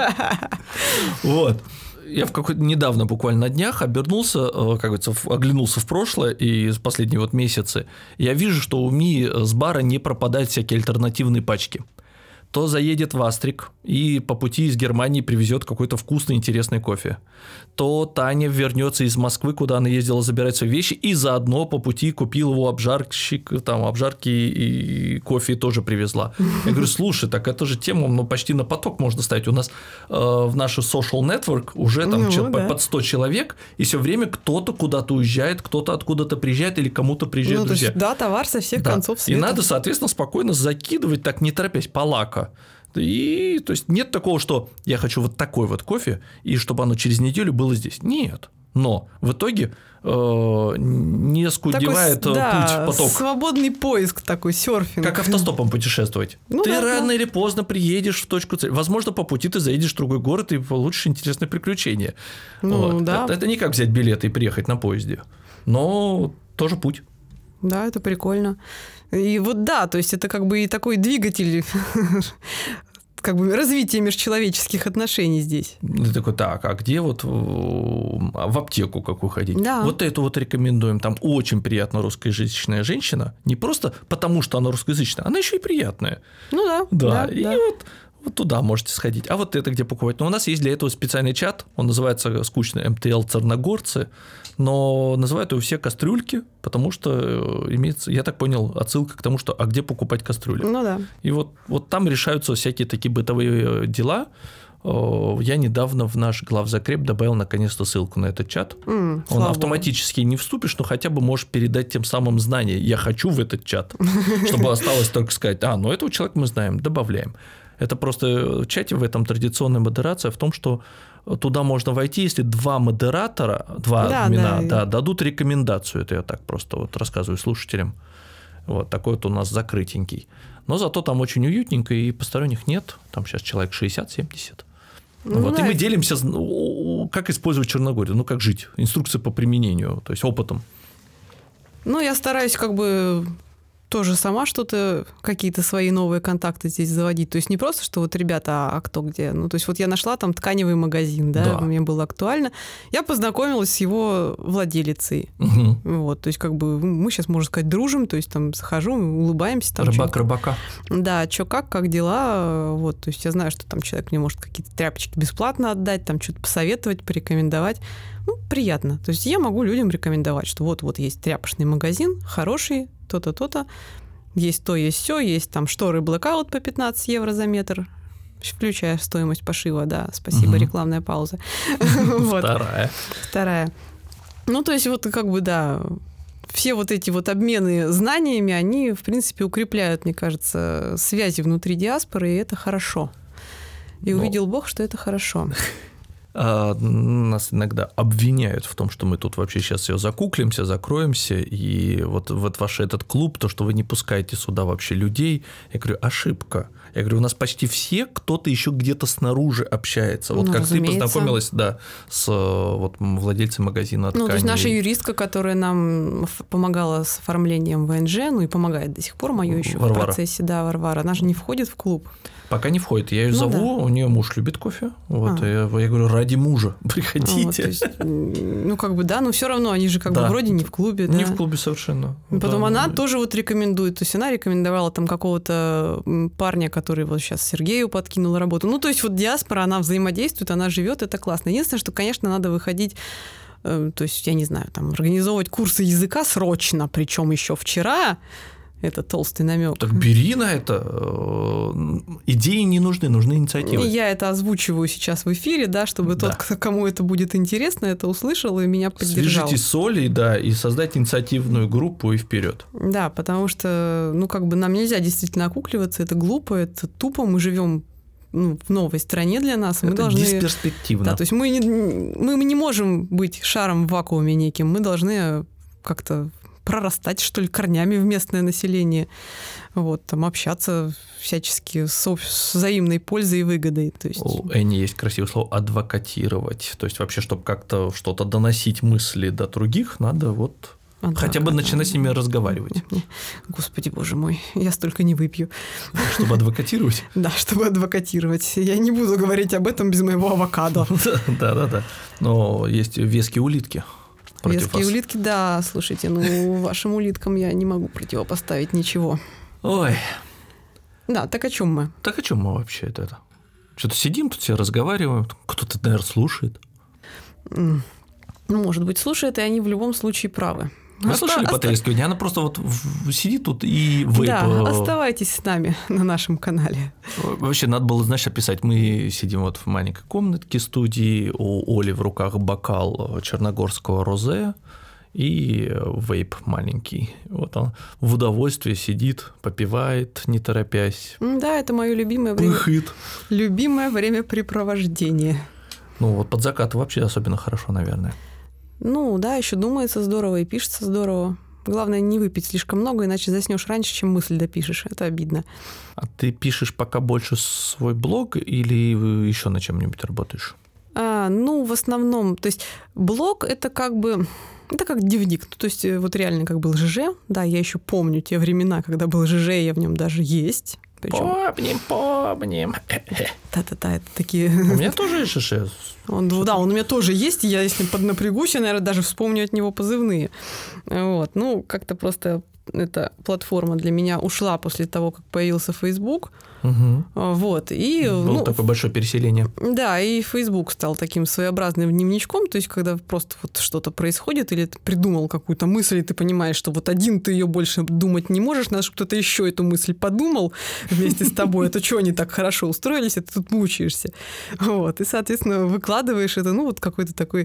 Вот. Я в какой-то недавно, буквально на днях, обернулся, как говорится, оглянулся в прошлое и в последние вот месяцы. Я вижу, что у Мии с бара не пропадают всякие альтернативные пачки. То заедет в Астрик и по пути из Германии привезет какой-то вкусный, интересный кофе. То Таня вернется из Москвы, куда она ездила забирать свои вещи, и заодно по пути купил его обжарщик, там, обжарки и кофе тоже привезла. Я говорю, слушай, так это же тему, ну, почти на поток можно ставить. У нас э, в наш social network уже там ну, да. под сто человек, и все время кто-то куда-то уезжает, кто-то откуда-то приезжает или кому-то приезжают ну, друзья. То есть, да, товар со всех да. концов света. И надо, соответственно, спокойно закидывать, так не торопясь, полака. И то есть нет такого, что я хочу вот такой вот кофе, и чтобы оно через неделю было здесь. Нет. Но в итоге э, не скудевает такой, да, путь, поток. Свободный поиск такой, серфинг. Как автостопом путешествовать. Ну, ты да, рано да. или поздно приедешь в точку цели. Возможно, по пути ты заедешь в другой город и получишь интересное приключение. Ну, вот. да. это, это не как взять билеты и приехать на поезде. Но тоже путь. Да, это прикольно. И вот да, то есть это как бы и такой двигатель как бы развития межчеловеческих отношений здесь. Ты такой, так, а где вот в аптеку какую ходить? Да. Вот эту вот рекомендуем. Там очень приятно русскоязычная женщина. Не просто потому, что она русскоязычная, она еще и приятная. Ну да. Да, да и да. вот... Вот туда можете сходить. А вот это где покупать? Но у нас есть для этого специальный чат. Он называется скучно эм тэ эл Церногорцы. Но называют его все кастрюльки, потому что имеется, я так понял, отсылка к тому, что а где покупать кастрюли. Ну да. И вот, вот там решаются всякие такие бытовые дела. Я недавно в наш главзакреп добавил наконец-то ссылку на этот чат. Mm, Он автоматически не вступишь, но хотя бы можешь передать тем самым знания. Я хочу в этот чат, чтобы осталось только сказать, а, ну этого человека мы знаем, добавляем. Это просто в чате в этом традиционная модерация в том, что туда можно войти, если два модератора, два да, админа да. Да, дадут рекомендацию. Это я так просто вот рассказываю слушателям. Вот такой вот у нас закрытенький. Но зато там очень уютненько, и посторонних нет. Там сейчас человек шестьдесят-семьдесят. Ну, вот, да. И мы делимся, как использовать Черногорию, ну, как жить, инструкция по применению, то есть опытом. Ну, я стараюсь как бы тоже сама что-то, какие-то свои новые контакты здесь заводить. То есть не просто, что вот ребята, а кто где. Ну, то есть вот я нашла там тканевый магазин, да, да. мне было актуально. Я познакомилась с его владелицей. Угу. Вот, то есть как бы мы сейчас, можно сказать, дружим, то есть там захожу, улыбаемся. Там рыбак рыбака. Да, что как, как дела. Вот, то есть я знаю, что там человек мне может какие-то тряпочки бесплатно отдать, там что-то посоветовать, порекомендовать. Ну, приятно. То есть я могу людям рекомендовать, что вот-вот есть тряпочный магазин, хороший, то-то, то-то. Есть то, есть все, есть там шторы Blackout по пятнадцать евро за метр, включая стоимость пошива, да, спасибо, угу. Рекламная пауза. Вторая. Вторая. Ну, то есть вот как бы, да, все вот эти вот обмены знаниями, они, в принципе, укрепляют, мне кажется, связи внутри диаспоры, и это хорошо. И увидел Бог, что это хорошо. А, нас иногда обвиняют в том, что мы тут вообще сейчас все закуклимся, закроемся, и вот, вот ваш этот клуб, то, что вы не пускаете сюда вообще людей, я говорю, ошибка. Я говорю, у нас почти все кто-то еще где-то снаружи общается. Вот ну, как разумеется. Ты познакомилась, да, с вот, владельцем магазина тканей. Ну, то есть наша юристка, которая нам помогала с оформлением вэ эн жэ, ну и помогает до сих пор, мою еще Варвара. В процессе, да, Варвара, она же не входит в клуб. Пока не входит. Я ее ну, зову, да. У нее муж любит кофе. Вот, а. я, я говорю, ради мужа приходите. Вот, есть, ну, как бы, да, но все равно они же как да. бы вроде не в клубе. Не да. в клубе совершенно. Потом да. она тоже вот рекомендует. То есть она рекомендовала там какого-то парня, который вот сейчас Сергею подкинул работу. Ну, то есть вот диаспора, она взаимодействует, она живет, это классно. Единственное, что, конечно, надо выходить, э, то есть, я не знаю, там, организовывать курсы языка срочно, причем еще вчера. Это толстый намек. Так бери на это. Идеи не нужны, нужны инициативы. Я это озвучиваю сейчас в эфире, да, чтобы да. тот, кому это будет интересно, это услышал и меня поддержал. Свяжитесь с Олей, да, и создать инициативную группу и вперед. Да, потому что, ну, как бы нам нельзя действительно окукливаться, это глупо, это тупо, мы живем ну, в новой стране для нас. Это мы должны... бесперспективно. Да, то есть мы не, мы не можем быть шаром в вакууме неким, мы должны как-то прорастать, что ли, корнями в местное население, вот, там, общаться всячески с, с взаимной пользой и выгодой. То есть... У Эни есть красивое слово «адвокатировать». То есть вообще, чтобы как-то что-то доносить мысли до других, надо вот а, хотя да, бы да, начинать да. с ними разговаривать. Господи, боже мой, я столько не выпью. Чтобы адвокатировать? Да, чтобы адвокатировать. Я не буду говорить об этом без моего авокадо. Да-да-да. Но есть веские улитки. Веские улитки, да, слушайте, ну, вашим улиткам я не могу противопоставить ничего. Ой. Да, так о чем мы? Так о чем мы вообще это? Что-то сидим тут все разговариваем, кто-то, наверное, слушает. Ну, может быть, слушает, и они в любом случае правы. Вы слышали Оста... потрескивание? Она просто вот сидит тут и вейп. Да, оставайтесь с нами на нашем канале. Вообще, надо было, знаешь, описать. Мы сидим вот в маленькой комнатке студии, у Оли в руках бокал черногорского розе и вейп маленький. Вот он в удовольствии сидит, попивает, не торопясь. Да, это мое любимое время. Пыхит. Любимое времяпрепровождение. Ну, вот под закат вообще особенно хорошо, наверное. Ну, да, еще думается здорово и пишется здорово. Главное, не выпить слишком много, иначе заснешь раньше, чем мысль допишешь. Это обидно. А ты пишешь пока больше свой блог или еще на чем-нибудь работаешь? А, ну, в основном, то есть блог – это как бы… Это как дневник. То есть вот реально как был ЖЖ. Да, я еще помню те времена, когда был ЖЖ, я в нем даже есть. Причем... Помним, помним. Да-да-да, это такие… У меня тоже есть ЖЖ. Он, да, он у меня тоже есть, и я, если поднапрягусь, я, наверное, даже вспомню от него позывные. Вот. Ну, как-то просто эта платформа для меня ушла после того, как появился Facebook. Угу. Вот. И, было ну, такое большое переселение. Да, и Facebook стал таким своеобразным дневничком, то есть когда просто вот что-то происходит, или ты придумал какую-то мысль, и ты понимаешь, что вот один ты ее больше думать не можешь, надо, чтобы кто-то еще эту мысль подумал вместе с тобой. Это что они так хорошо устроились, а ты тут мучаешься. Вот. И, соответственно, выкладываешь это, ну, вот какой-то такой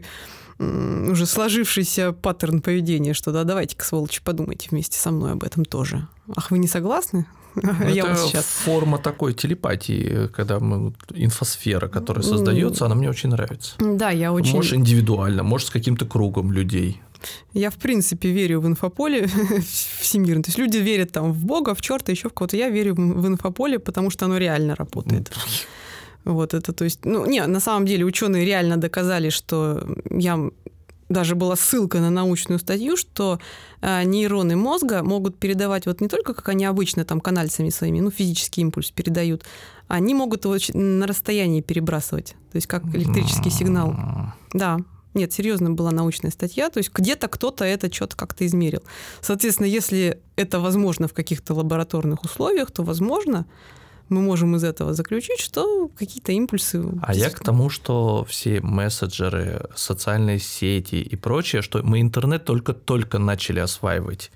уже сложившийся паттерн поведения, что да, давайте-ка, сволочи, подумайте вместе со мной об этом тоже. Ах, вы не согласны? Я это вот сейчас... форма такой телепатии, когда мы, инфосфера, которая создается, она мне очень нравится. Да, я очень... Можешь индивидуально, можешь с каким-то кругом людей. Я, в принципе, верю в инфополе всемирно. То есть люди верят там в Бога, в черта, еще в кого-то. Я верю в инфополе, потому что оно реально работает. Вот это, то есть... Ну, не, на самом деле ученые реально доказали, что я... Даже была ссылка на научную статью, что э, нейроны мозга могут передавать вот не только, как они обычно там канальцами своими, ну, физический импульс передают, они могут его на расстоянии перебрасывать, то есть как электрический сигнал. Да, нет, серьезно была научная статья, то есть где-то кто-то это что-то как-то измерил. Соответственно, если это возможно в каких-то лабораторных условиях, то, возможно, мы можем из этого заключить, что какие-то импульсы... А я к тому, что все мессенджеры, социальные сети и прочее, что мы интернет только-только начали осваивать.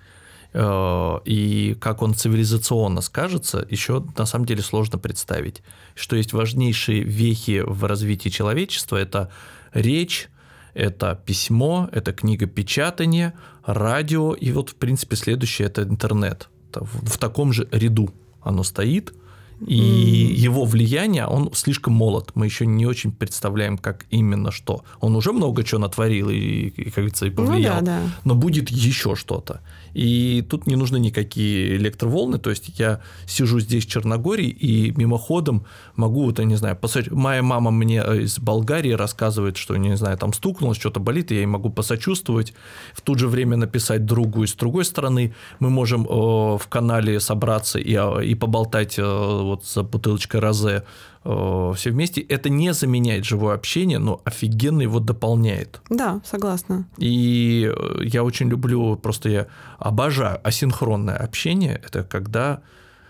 И как он цивилизационно скажется, еще на самом деле сложно представить. Что есть важнейшие вехи в развитии человечества – это речь, это письмо, это книгопечатание, радио, и вот, в принципе, следующее – это интернет. В таком же ряду оно стоит. И mm. его влияние, он слишком молод. Мы еще не очень представляем, как именно что. Он уже много чего натворил и, и как говорится, и повлиял. Ну, да, да. Но будет еще что-то. И тут не нужны никакие электроволны. То есть я сижу здесь в Черногории и мимоходом могу, вот, я не знаю, посмотреть. Моя мама мне из Болгарии рассказывает, что, не знаю, там стукнулось, что-то болит, и я ей могу посочувствовать. В то же время написать другу из другой стороны. Мы можем э, в канале собраться и, и поболтать э, вот за бутылочкой розе э, все вместе. Это не заменяет живое общение, но офигенно его дополняет. Да, согласна. И я очень люблю, просто я обожаю асинхронное общение. Это когда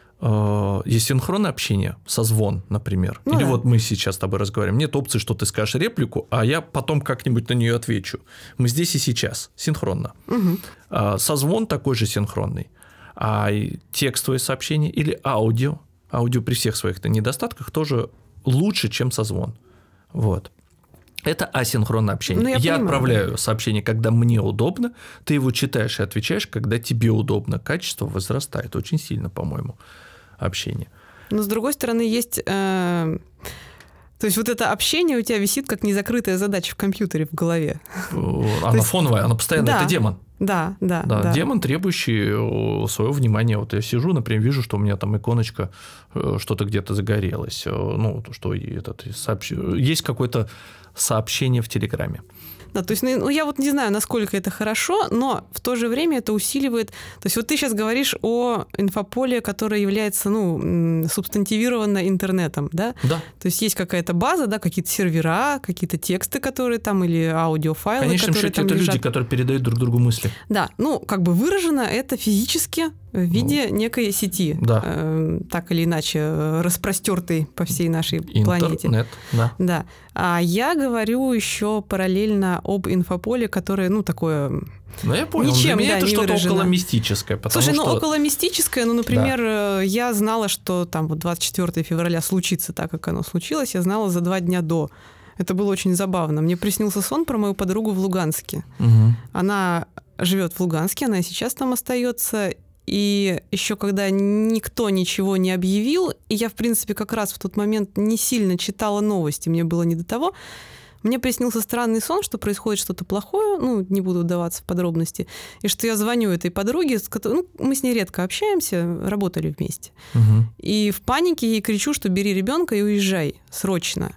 э, есть синхронное общение, созвон, например. Ну, Или да. вот мы сейчас с тобой разговариваем. Нет опции, что ты скажешь реплику, а я потом как-нибудь на нее отвечу. Мы здесь и сейчас, синхронно. Угу. Э, созвон такой же синхронный. А текстовые сообщения или аудио, аудио при всех своих недостатках тоже лучше, чем созвон. Вот. Это асинхронное общение. Ну, я я отправляю сообщение, когда мне удобно, ты его читаешь и отвечаешь, когда тебе удобно. Качество возрастает очень сильно, по-моему, общение. Но с другой стороны, есть... Э... То есть вот это общение у тебя висит как незакрытая задача в компьютере в голове. Она есть... фоновая, она постоянно, да. Это демон. Да, да, да, да. Демон, требующий своего внимания. Вот я сижу, например, вижу, что у меня там иконочка, что-то где-то загорелось. Ну, что этот, сообщ... есть какое-то сообщение в Телеграме. Да, то есть, ну, я вот не знаю, насколько это хорошо, но в то же время это усиливает... То есть, вот ты сейчас говоришь о инфополе, которое является, ну, субстантивировано интернетом, да? Да. То есть, есть какая-то база, да, какие-то сервера, какие-то тексты, которые там, или аудиофайлы, Конечно, которые там это лежат. люди, которые передают друг другу мысли. Да, ну, как бы выражено это физически в виде ну, некой сети, да. э, так или иначе, распростертой по всей нашей Интернет, планете. Интернет, да. Да. А я говорю еще параллельно об инфополе, которое, ну, такое... Ну, я понял. Ничем, Для меня да, это что-то выражено. околомистическое. Слушай, что... ну, околомистическое, ну, например, да. я знала, что там вот двадцать четвёртого февраля случится так, как оно случилось, я знала за два дня до. Это было очень забавно. Мне приснился сон про мою подругу в Луганске. Угу. Она живет в Луганске, она и сейчас там остается. И еще когда никто ничего не объявил, и я, в принципе, как раз в тот момент не сильно читала новости, мне было не до того, мне приснился странный сон, что происходит что-то плохое, ну, не буду вдаваться в подробности, и что я звоню этой подруге, с которой, ну, мы с ней редко общаемся, работали вместе, угу. и в панике ей кричу, что бери ребенка и уезжай срочно.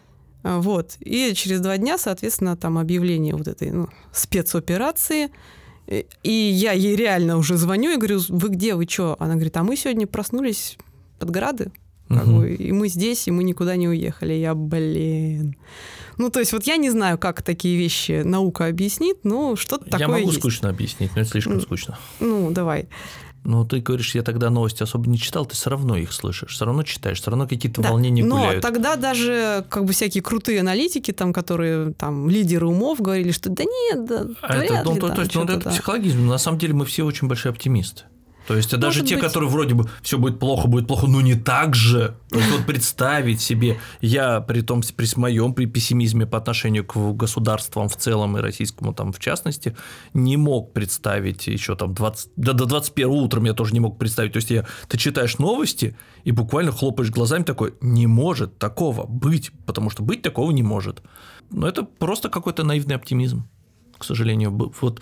Вот. И через два дня, соответственно, там объявление вот этой ну, спецоперации. И я ей реально уже звоню и говорю, вы где, вы что? Она говорит, а мы сегодня проснулись под Грады, угу. как бы, и мы здесь, и мы никуда не уехали. Я, блин. Ну, то есть вот я не знаю, как такие вещи наука объяснит, но что-то такое есть. Я могу скучно объяснить, но это слишком скучно. Ну, давай. Ну, ты говоришь, я тогда новости особо не читал, ты все равно их слышишь, все равно читаешь, все равно какие-то да, волнения но гуляют. Но тогда даже как бы всякие крутые аналитики, там, которые там лидеры умов говорили, что да нет, да, а это, ну, ли, то, там, то есть, ну, это да. психологизм. На самом деле мы все очень большие оптимисты. То есть даже Может те, быть. которые вроде бы все будет плохо, будет плохо, но не так же. То есть вот представить себе, я при том, при моем при пессимизме по отношению к государствам в целом и российскому там в частности, не мог представить еще там двадцать, да, до двадцать первого утром я тоже не мог представить. То есть я, ты читаешь новости и буквально хлопаешь глазами такой, не может такого быть, потому что быть такого не может. Но это просто какой-то наивный оптимизм. К сожалению, вот,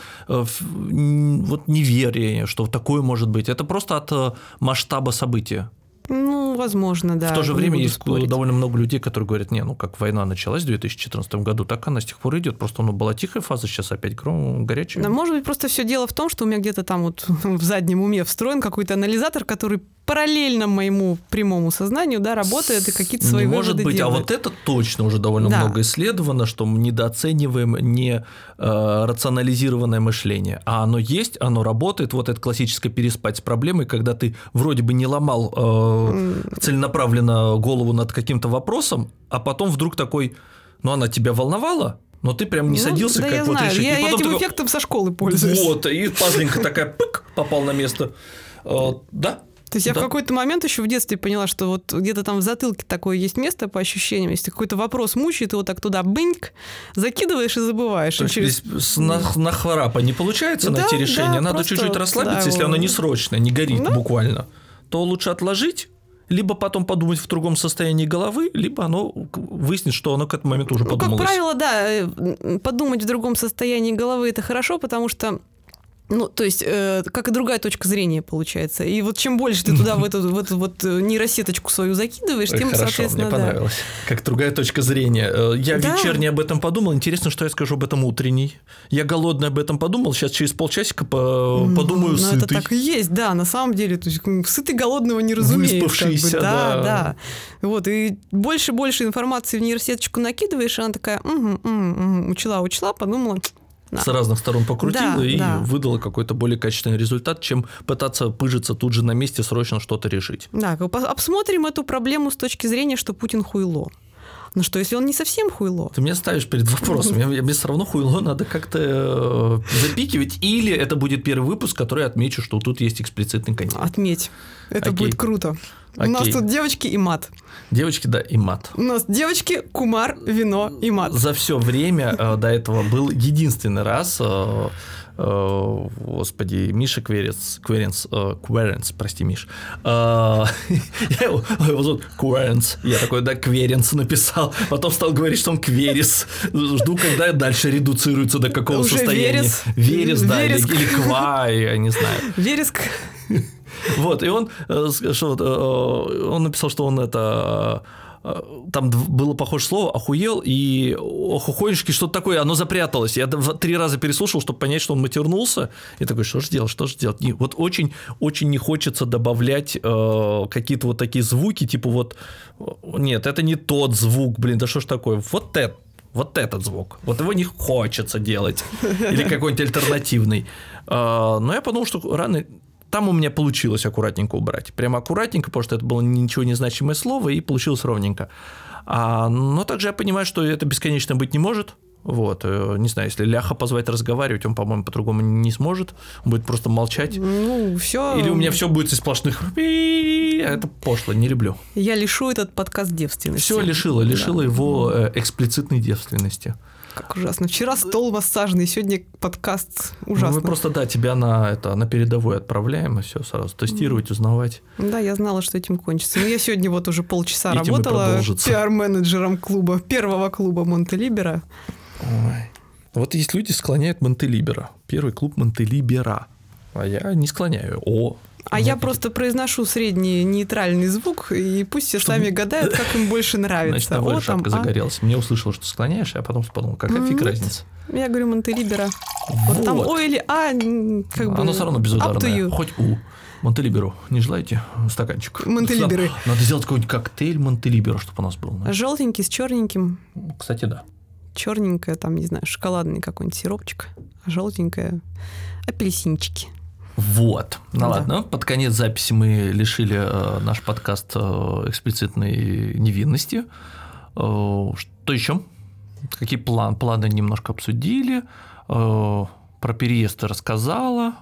вот неверие, что такое может быть. Это просто от масштаба события. Ну, возможно, да. В то же время есть спорить. довольно много людей, которые говорят, не, ну как война началась в две тысячи четырнадцатом году, так она с тех пор идет. Просто ну, была тихая фаза, сейчас опять горячая. Да, может быть, просто все дело в том, что у меня где-то там вот в заднем уме встроен какой-то анализатор, который параллельно моему прямому сознанию, да, работает и какие-то свои не выводы может быть, делает. А вот это точно уже довольно да. много исследовано, что мы недооцениваем не э, рационализированное мышление, а оно есть, оно работает. Вот это классическое переспать с проблемой, когда ты вроде бы не ломал э, целенаправленно голову над каким-то вопросом, а потом вдруг такой, ну она тебя волновала, но ты прям не ну, садился, да как я вот знаю. решить. Я, я этим такой, эффектом со школы пользуюсь. Вот, и пазлинка такая пык, попал на место. Э, да. То есть я да. в какой-то момент еще в детстве поняла, что вот где-то там в затылке такое есть место по ощущениям. Если какой-то вопрос мучает, его так туда быньк, закидываешь и забываешь. То и есть через... с нахрапа не получается да, найти решение, да, надо просто, чуть-чуть расслабиться, да, если его... оно не срочное, не горит да? буквально, то лучше отложить либо потом подумать в другом состоянии головы, либо оно выяснит, что оно к этому моменту уже подумалось. Ну, как правило, да, подумать в другом состоянии головы – это хорошо, потому что ну, то есть, э, как и другая точка зрения получается. И вот чем больше ты туда в эту, в эту вот нейросеточку свою закидываешь, тем, Хорошо, соответственно, мне понравилось. Да. Как другая точка зрения. Я да. вечерний об этом подумал. Интересно, что я скажу об этом утренний. Я голодный об этом подумал. Сейчас через полчасика по- ну, подумаю сытый. Ну, это так и есть, да, на самом деле. То есть, сытый голодного не разумеет. Выспавшийся, как бы. да, да. да. Вот, и больше-больше информации в нейросеточку накидываешь, и она такая, угу, угу, учла, учла, подумала... Да. С разных сторон покрутила да, и да. выдала какой-то более качественный результат, чем пытаться пыжиться тут же на месте, срочно что-то решить. Да, обсмотрим эту проблему с точки зрения, что Путин хуйло. Ну что, если он не совсем хуйло? Ты меня ставишь перед вопросом. Мне все равно хуйло надо как-то запикивать. Или это будет первый выпуск, который я отмечу, что тут есть эксплицитный контент. Отметь. Это Окей. будет круто. Окей. У нас тут девочки и мат. Девочки, да, и мат. У нас девочки, кумар, вино и мат. За все время э, до этого был единственный раз, э, э, господи, Миша Кверец, Кверенц, э, Кверенц, прости, Миш. Э, его, его зовут Кверенц. Я такой, да, Кверенц написал. Потом стал говорить, что он Кверис. Жду, когда дальше редуцируется до какого Уже состояния. Верес. Верес, да, или, Вереск. или Ква, я не знаю. Вереск. Вот, и он, что, он написал, что он это... Там было похожее слово «охуел» и «охухонечки», что-то такое, оно запряталось. Я три раза переслушал, чтобы понять, что он матернулся. И такой, что же делать, что же делать? Вот очень, очень не хочется добавлять э, какие-то вот такие звуки, типа вот... Нет, это не тот звук, блин, да что ж такое? Вот это. Вот этот звук. Вот его не хочется делать. Или какой-нибудь альтернативный. Но я подумал, что рано... Там у меня получилось аккуратненько убрать. Прямо аккуратненько, потому что это было ничего не значимое слово, и получилось ровненько. А, но также я понимаю, что это бесконечно быть не может. Вот. Не знаю, если Ляха позвать разговаривать, он, по-моему, по-другому не сможет. Он будет просто молчать. Ну, все. Или у меня все будет из сплошных. Это пошло, не люблю. Я лишу этот подкаст девственности. Все лишила, лишила да. его эксплицитной девственности. Как ужасно. Вчера стол массажный, сегодня подкаст. Ужасно. Ну, мы просто, да, тебя на, это, на передовую отправляем, и все сразу тестировать, узнавать. Да, я знала, что этим кончится. Но я сегодня вот уже полчаса этим работала пиар-менеджером клуба, первого клуба Монтелибера. Ой. Вот есть люди, склоняют Монтелибера. Первый клуб Монтелибера. А я не склоняю. О. А я просто произношу средний нейтральный звук, и пусть все Чтобы... сами гадают, как им больше нравится. Значит, на Вале шапка а... загорелась. Мне услышал, что склоняешь, а потом подумал, какая mm-hmm. фиг разница. Я говорю Монтелибера. Вот. Вот там О или А, как бы... Оно все равно безударное. Хоть У. Монтелиберу. Не желаете стаканчик? Монтелиберы. Надо, надо сделать какой-нибудь коктейль Монтелибера, чтобы у нас был. Желтенький с черненьким. Кстати, да. Черненькое, там, не знаю, шоколадный какой-нибудь сиропчик. А желтенькое апельсинчики. Вот. Ну да. ладно, под конец записи мы лишили э, наш подкаст э, эксплицитной невинности. Э, что еще? Какие план, планы немножко обсудили. Э, про переезд рассказала.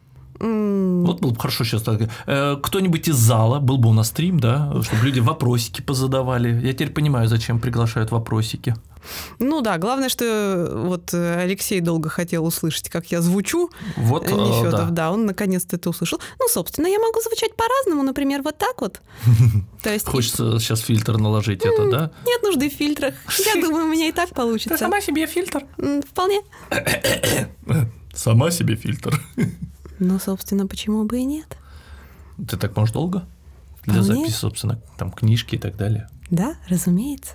Mm. Вот было бы хорошо сейчас. Э, кто-нибудь из зала, был бы у нас стрим, да, чтобы люди вопросики позадавали. Я теперь понимаю, зачем приглашают вопросики. Ну да, главное, что вот Алексей долго хотел услышать, как я звучу. Вот, Нефёдов, да. да, он наконец-то это услышал. Ну, собственно, я могу звучать по-разному, например, вот так вот. То есть... Хочется сейчас фильтр наложить это, да? Нет нужды в фильтрах. Я думаю, у меня и так получится. Ты сама себе фильтр? Вполне. Сама себе фильтр. Ну, собственно, почему бы и нет? Ты так можешь долго? Для Вполне. записи, собственно, там книжки и так далее. Да, разумеется.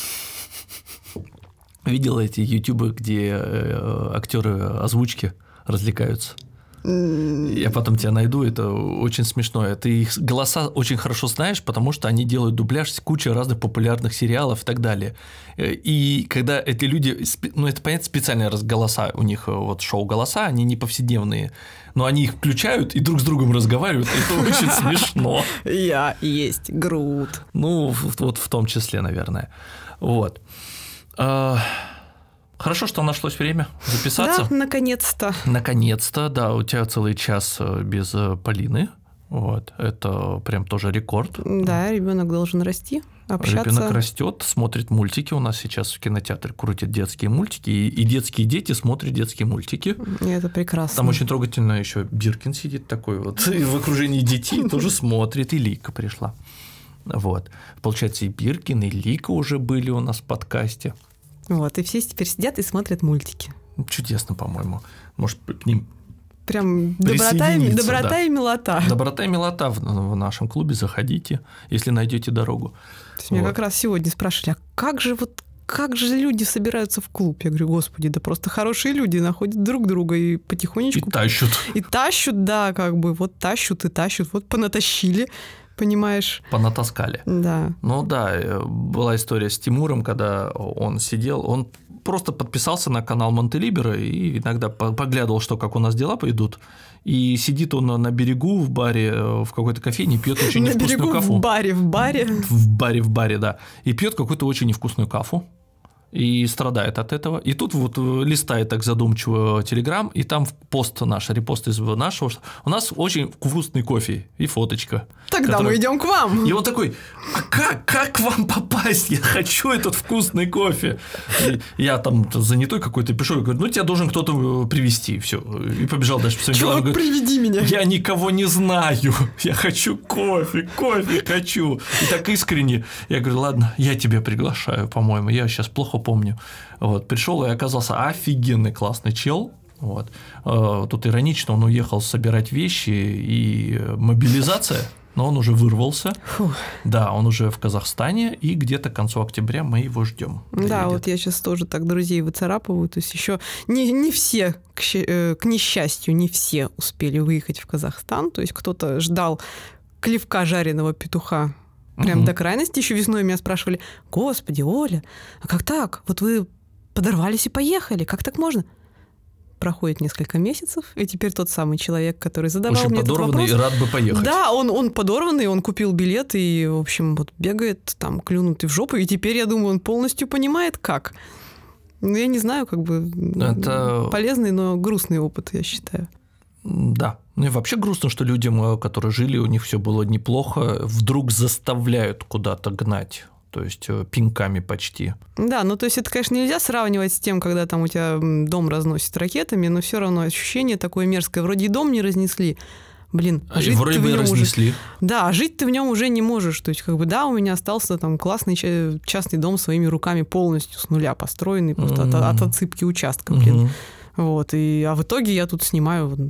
Видела эти ютубы, где э, актеры озвучки развлекаются? Mm. Я потом тебя найду, это очень смешно. Ты их голоса очень хорошо знаешь, потому что они делают дубляж с кучей разных популярных сериалов и так далее. И когда эти люди, ну это понятно, специальные голоса, у них вот шоу голоса, они не повседневные, но они их включают и друг с другом разговаривают, это очень смешно. Я есть Грут. Ну, вот в том числе, наверное. Вот. Хорошо, что нашлось время записаться. Да, наконец-то. Наконец-то, да, у тебя целый час без Полины. Вот, это прям тоже рекорд. Да, ребенок должен расти, общаться. Ребенок растет, смотрит мультики. У нас сейчас в кинотеатре крутят детские мультики, и, и детские дети смотрят детские мультики. И это прекрасно. Там очень трогательно еще Биркин сидит такой вот, и в окружении детей тоже смотрит, и Лика пришла. Вот. Получается, и Биркин, и Лика уже были у нас в подкасте. Вот, и все теперь сидят и смотрят мультики. Чудесно, по-моему. Может, к ним прям доброта, и, доброта да. и милота. Доброта и милота в, в нашем клубе. Заходите, если найдете дорогу. То есть вот. Меня как раз сегодня спрашивали, а как же вот как же люди собираются в клуб? Я говорю, господи, да просто хорошие люди находят друг друга и потихонечку... И тащут. И тащут, да, как бы, вот тащут и тащут, вот понатащили, понимаешь? Понатаскали. Да. Ну да, была история с Тимуром, когда он сидел, он просто подписался на канал Монтелибера и иногда поглядывал, что как у нас дела пойдут. И сидит он на берегу в баре, в какой-то кофейне, пьет очень на невкусную берегу, кафу. В баре, в баре. В баре, в баре, да. И пьет какую-то очень невкусную кафу. И страдает от этого. И тут вот листает так задумчиво Телеграм, и там пост наш, репост из нашего, что у нас очень вкусный кофе и фоточка. Тогда который... мы идем к вам. И он такой, а как, как к вам попасть? Я хочу этот вкусный кофе. И я там занятой какой-то пишу, и говорю, ну тебя должен кто-то привезти, все. И побежал дальше по своим делам. Чувак, приведи меня. Я никого не знаю, я хочу кофе, кофе хочу. И так искренне. Я говорю, ладно, я тебя приглашаю, по-моему, я сейчас плохо помню. Вот, пришел и оказался офигенный классный чел. Вот. Тут иронично, он уехал собирать вещи и мобилизация, но он уже вырвался. Фух. Да, он уже в Казахстане, и где-то к концу октября мы его ждем. Да, вот я сейчас тоже так друзей выцарапываю. То есть еще не, не все, к, к несчастью, не все успели выехать в Казахстан. То есть кто-то ждал клевка жареного петуха. Прям угу. до крайности. Еще весной меня спрашивали, господи, Оля, а как так? Вот вы подорвались и поехали, как так можно? Проходит несколько месяцев, и теперь тот самый человек, который задавал очень мне этот вопрос... Очень подорванный и рад бы поехать. Да, он, он подорванный, он купил билет и, в общем, вот бегает там клюнутый в жопу, и теперь, я думаю, он полностью понимает, как. Ну, я не знаю, как бы... Это... Полезный, но грустный опыт, я считаю. Да. Ну и вообще грустно, что людям, которые жили, у них все было неплохо, вдруг заставляют куда-то гнать. То есть пинками почти. Да, ну то есть это, конечно, нельзя сравнивать с тем, когда там у тебя дом разносит ракетами, но все равно ощущение такое мерзкое. Вроде и дом не разнесли. Блин, а жить вроде бы и разнесли. Уже... Да, жить ты в нем уже не можешь. То есть, как бы, да, у меня остался там классный частный дом своими руками полностью с нуля построенный, просто mm-hmm. от, от отсыпки участка, блин. Mm-hmm. Вот, и, а в итоге я тут снимаю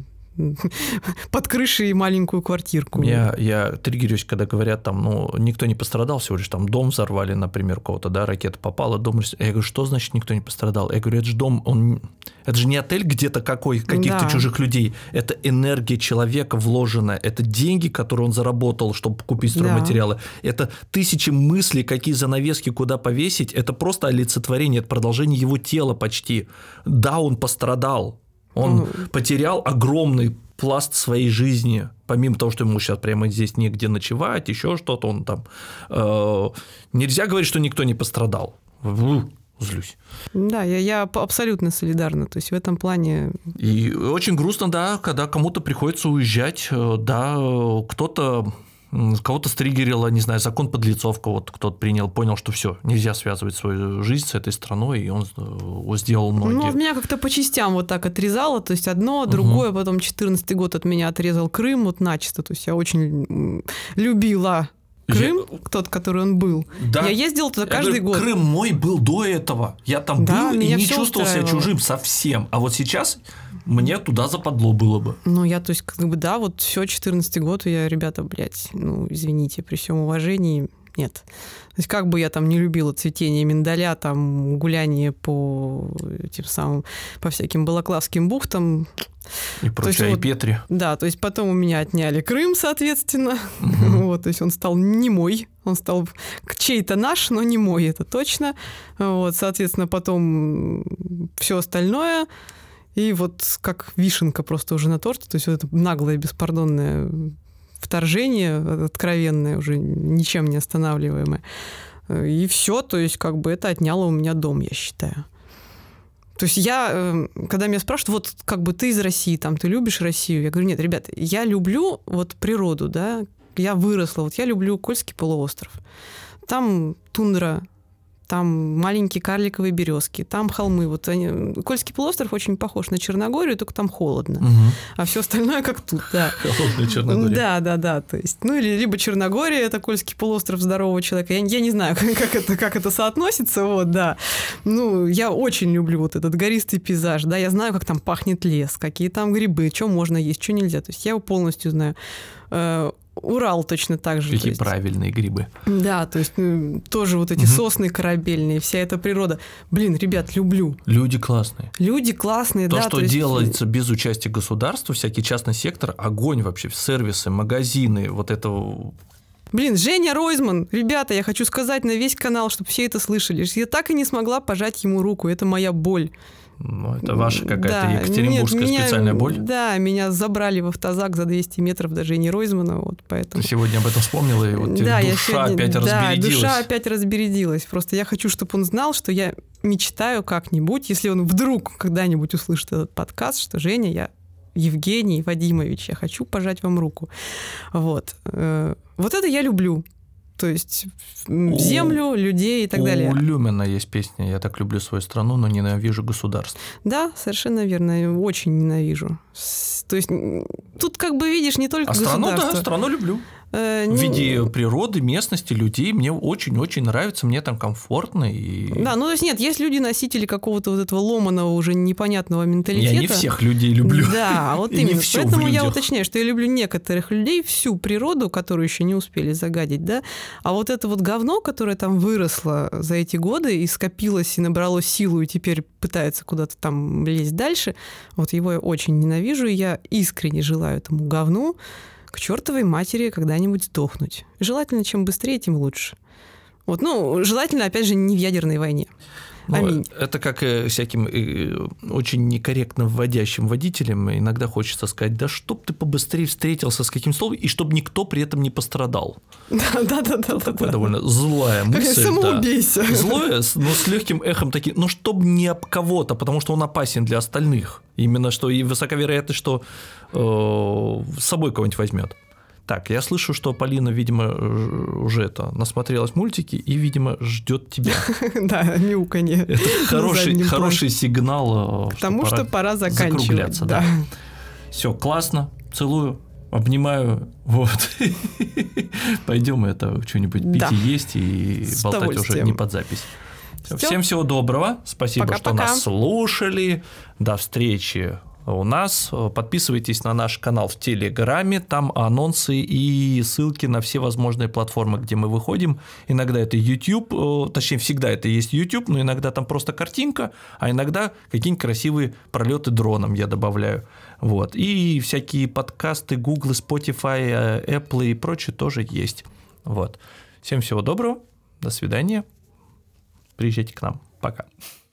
под крышей маленькую квартирку. Я, я триггерюсь, когда говорят, там, ну, никто не пострадал, всего лишь там дом взорвали, например, у кого-то, да, ракета попала, дом... Я говорю, что значит никто не пострадал? Я говорю, это же дом, он... Это же не отель где-то какой, каких-то да. чужих людей. Это энергия человека вложенная, это деньги, которые он заработал, чтобы купить стройматериалы. Да. Это тысячи мыслей, какие занавески куда повесить. Это просто олицетворение, это продолжение его тела почти. Да, он пострадал. Он mm. потерял огромный пласт своей жизни, помимо того, что ему сейчас прямо здесь негде ночевать, еще что-то он там. Э, нельзя говорить, что никто не пострадал. Злюсь. Да, я, я абсолютно солидарна. То есть в этом плане. И очень грустно, да, когда кому-то приходится уезжать, да, кто-то. Кого-то стриггерило, не знаю, закон подлецов, кого-то кто-то принял, понял, что все, нельзя связывать свою жизнь с этой страной, и он сделал многие. Ну, меня как-то по частям вот так отрезало, то есть одно, другое, угу. потом четырнадцатый год от меня отрезал Крым вот начисто, то есть я очень любила Крым, я... тот, который он был. Да. Я ездила туда каждый я говорю, год. Крым мой был до этого, я там да, был и не чувствовал устраивало. себя чужим совсем, а вот сейчас... Мне туда западло было бы. Ну, я, то есть, как бы, да, вот все, четырнадцатый год, и я, ребята, блядь, ну, извините, при всем уважении, нет. То есть, как бы я там не любила цветение миндаля, там, гуляние по тем самым, по всяким балаклавским бухтам. И прочее, и вот, Петри. Да, то есть, потом у меня отняли Крым, соответственно. Угу. Вот, то есть, он стал не мой, он стал чей-то наш, но не мой, это точно. Вот, соответственно, потом все остальное... И вот как вишенка просто уже на торте, то есть вот это наглое, беспардонное вторжение, откровенное, уже ничем не останавливаемое. И все, то есть как бы это отняло у меня дом, я считаю. То есть я, когда меня спрашивают, вот как бы ты из России, там, ты любишь Россию? Я говорю, нет, ребята, я люблю вот природу, да, я выросла, вот я люблю Кольский полуостров. Там тундра, там маленькие карликовые березки, там холмы. Вот они... Кольский полуостров очень похож на Черногорию, только там холодно. Угу. А все остальное как тут, да. Холодная Черногория. Да, да, да. То есть, ну, или либо Черногория, это Кольский полуостров здорового человека. Я, я не знаю, как это, как это соотносится, вот, да. Ну, я очень люблю вот этот гористый пейзаж, да, я знаю, как там пахнет лес, какие там грибы, что можно есть, что нельзя. То есть я его полностью знаю. Урал точно так же. Какие есть, правильные грибы. Да, то есть ну, тоже вот эти угу. сосны корабельные, вся эта природа. Блин, ребят, люблю. Люди классные. Люди классные, то, да. То, что есть... делается без участия государства, всякий частный сектор, огонь вообще, сервисы, магазины, вот это... Блин, Женя Ройзман, ребята, я хочу сказать на весь канал, чтобы все это слышали. Я так и не смогла пожать ему руку, это моя боль. Ну, это ваша какая-то да, екатеринбургская нет, меня, специальная боль? Да, меня забрали в автозак за двести метров до Жени Ройзмана, вот поэтому... Ты сегодня об этом вспомнила, и вот да, душа сегодня, опять да, разбередилась. душа опять разбередилась. Просто я хочу, чтобы он знал, что я мечтаю как-нибудь, если он вдруг когда-нибудь услышит этот подкаст, что Женя, я Евгений Вадимович, я хочу пожать вам руку. Вот. Вот это я люблю. То есть у, землю, людей и так у далее. У Люмина есть песня «Я так люблю свою страну, но ненавижу государство». Да, совершенно верно. Очень ненавижу. То есть тут как бы видишь не только а государство. А страну, да, страну люблю. Э, в виде ну... природы, местности, людей. Мне очень-очень нравится, мне там комфортно. И... Да, ну то есть нет, есть люди-носители какого-то вот этого ломаного уже непонятного менталитета. Я не всех людей люблю. Да, вот именно. Поэтому я уточняю, что я люблю некоторых людей, всю природу, которую еще не успели загадить, да. А вот это вот говно, которое там выросло за эти годы и скопилось, и набрало силу, и теперь пытается куда-то там лезть дальше, вот его я очень ненавижу, и я искренне желаю этому говну к чертовой матери когда-нибудь сдохнуть. Желательно, чем быстрее, тем лучше. Вот, ну, желательно, опять же, не в ядерной войне. Ну, это как всяким очень некорректно вводящим водителям иногда хочется сказать, да чтоб ты побыстрее встретился с каким словом, и чтобы никто при этом не пострадал. Да-да-да. Такая довольно злая мысль. Самоубейся. Да. Злое, но с легким эхом таким, но чтобы не об кого-то, потому что он опасен для остальных. Именно что и высока вероятность, что э, с собой кого-нибудь возьмет. Так, я слышу, что Полина, видимо, уже это насмотрелась мультики и, видимо, ждет тебя. Да, мяуканье. Это хороший, хороший сигнал. К тому, что пора заканчивать. Да. Все, классно, целую, обнимаю. Вот. Пойдем это что-нибудь пить да. и есть и С болтать уже не под запись. Всё. Всем всего доброго. Спасибо, Пока-пока. что нас слушали. До встречи у нас. Подписывайтесь на наш канал в Телеграме, там анонсы и ссылки на все возможные платформы, где мы выходим. Иногда это YouTube, точнее, всегда это есть YouTube, но иногда там просто картинка, а иногда какие-нибудь красивые пролеты дроном я добавляю. Вот. И всякие подкасты Google, Spotify, Apple и прочее тоже есть. Вот. Всем всего доброго, до свидания, приезжайте к нам, пока.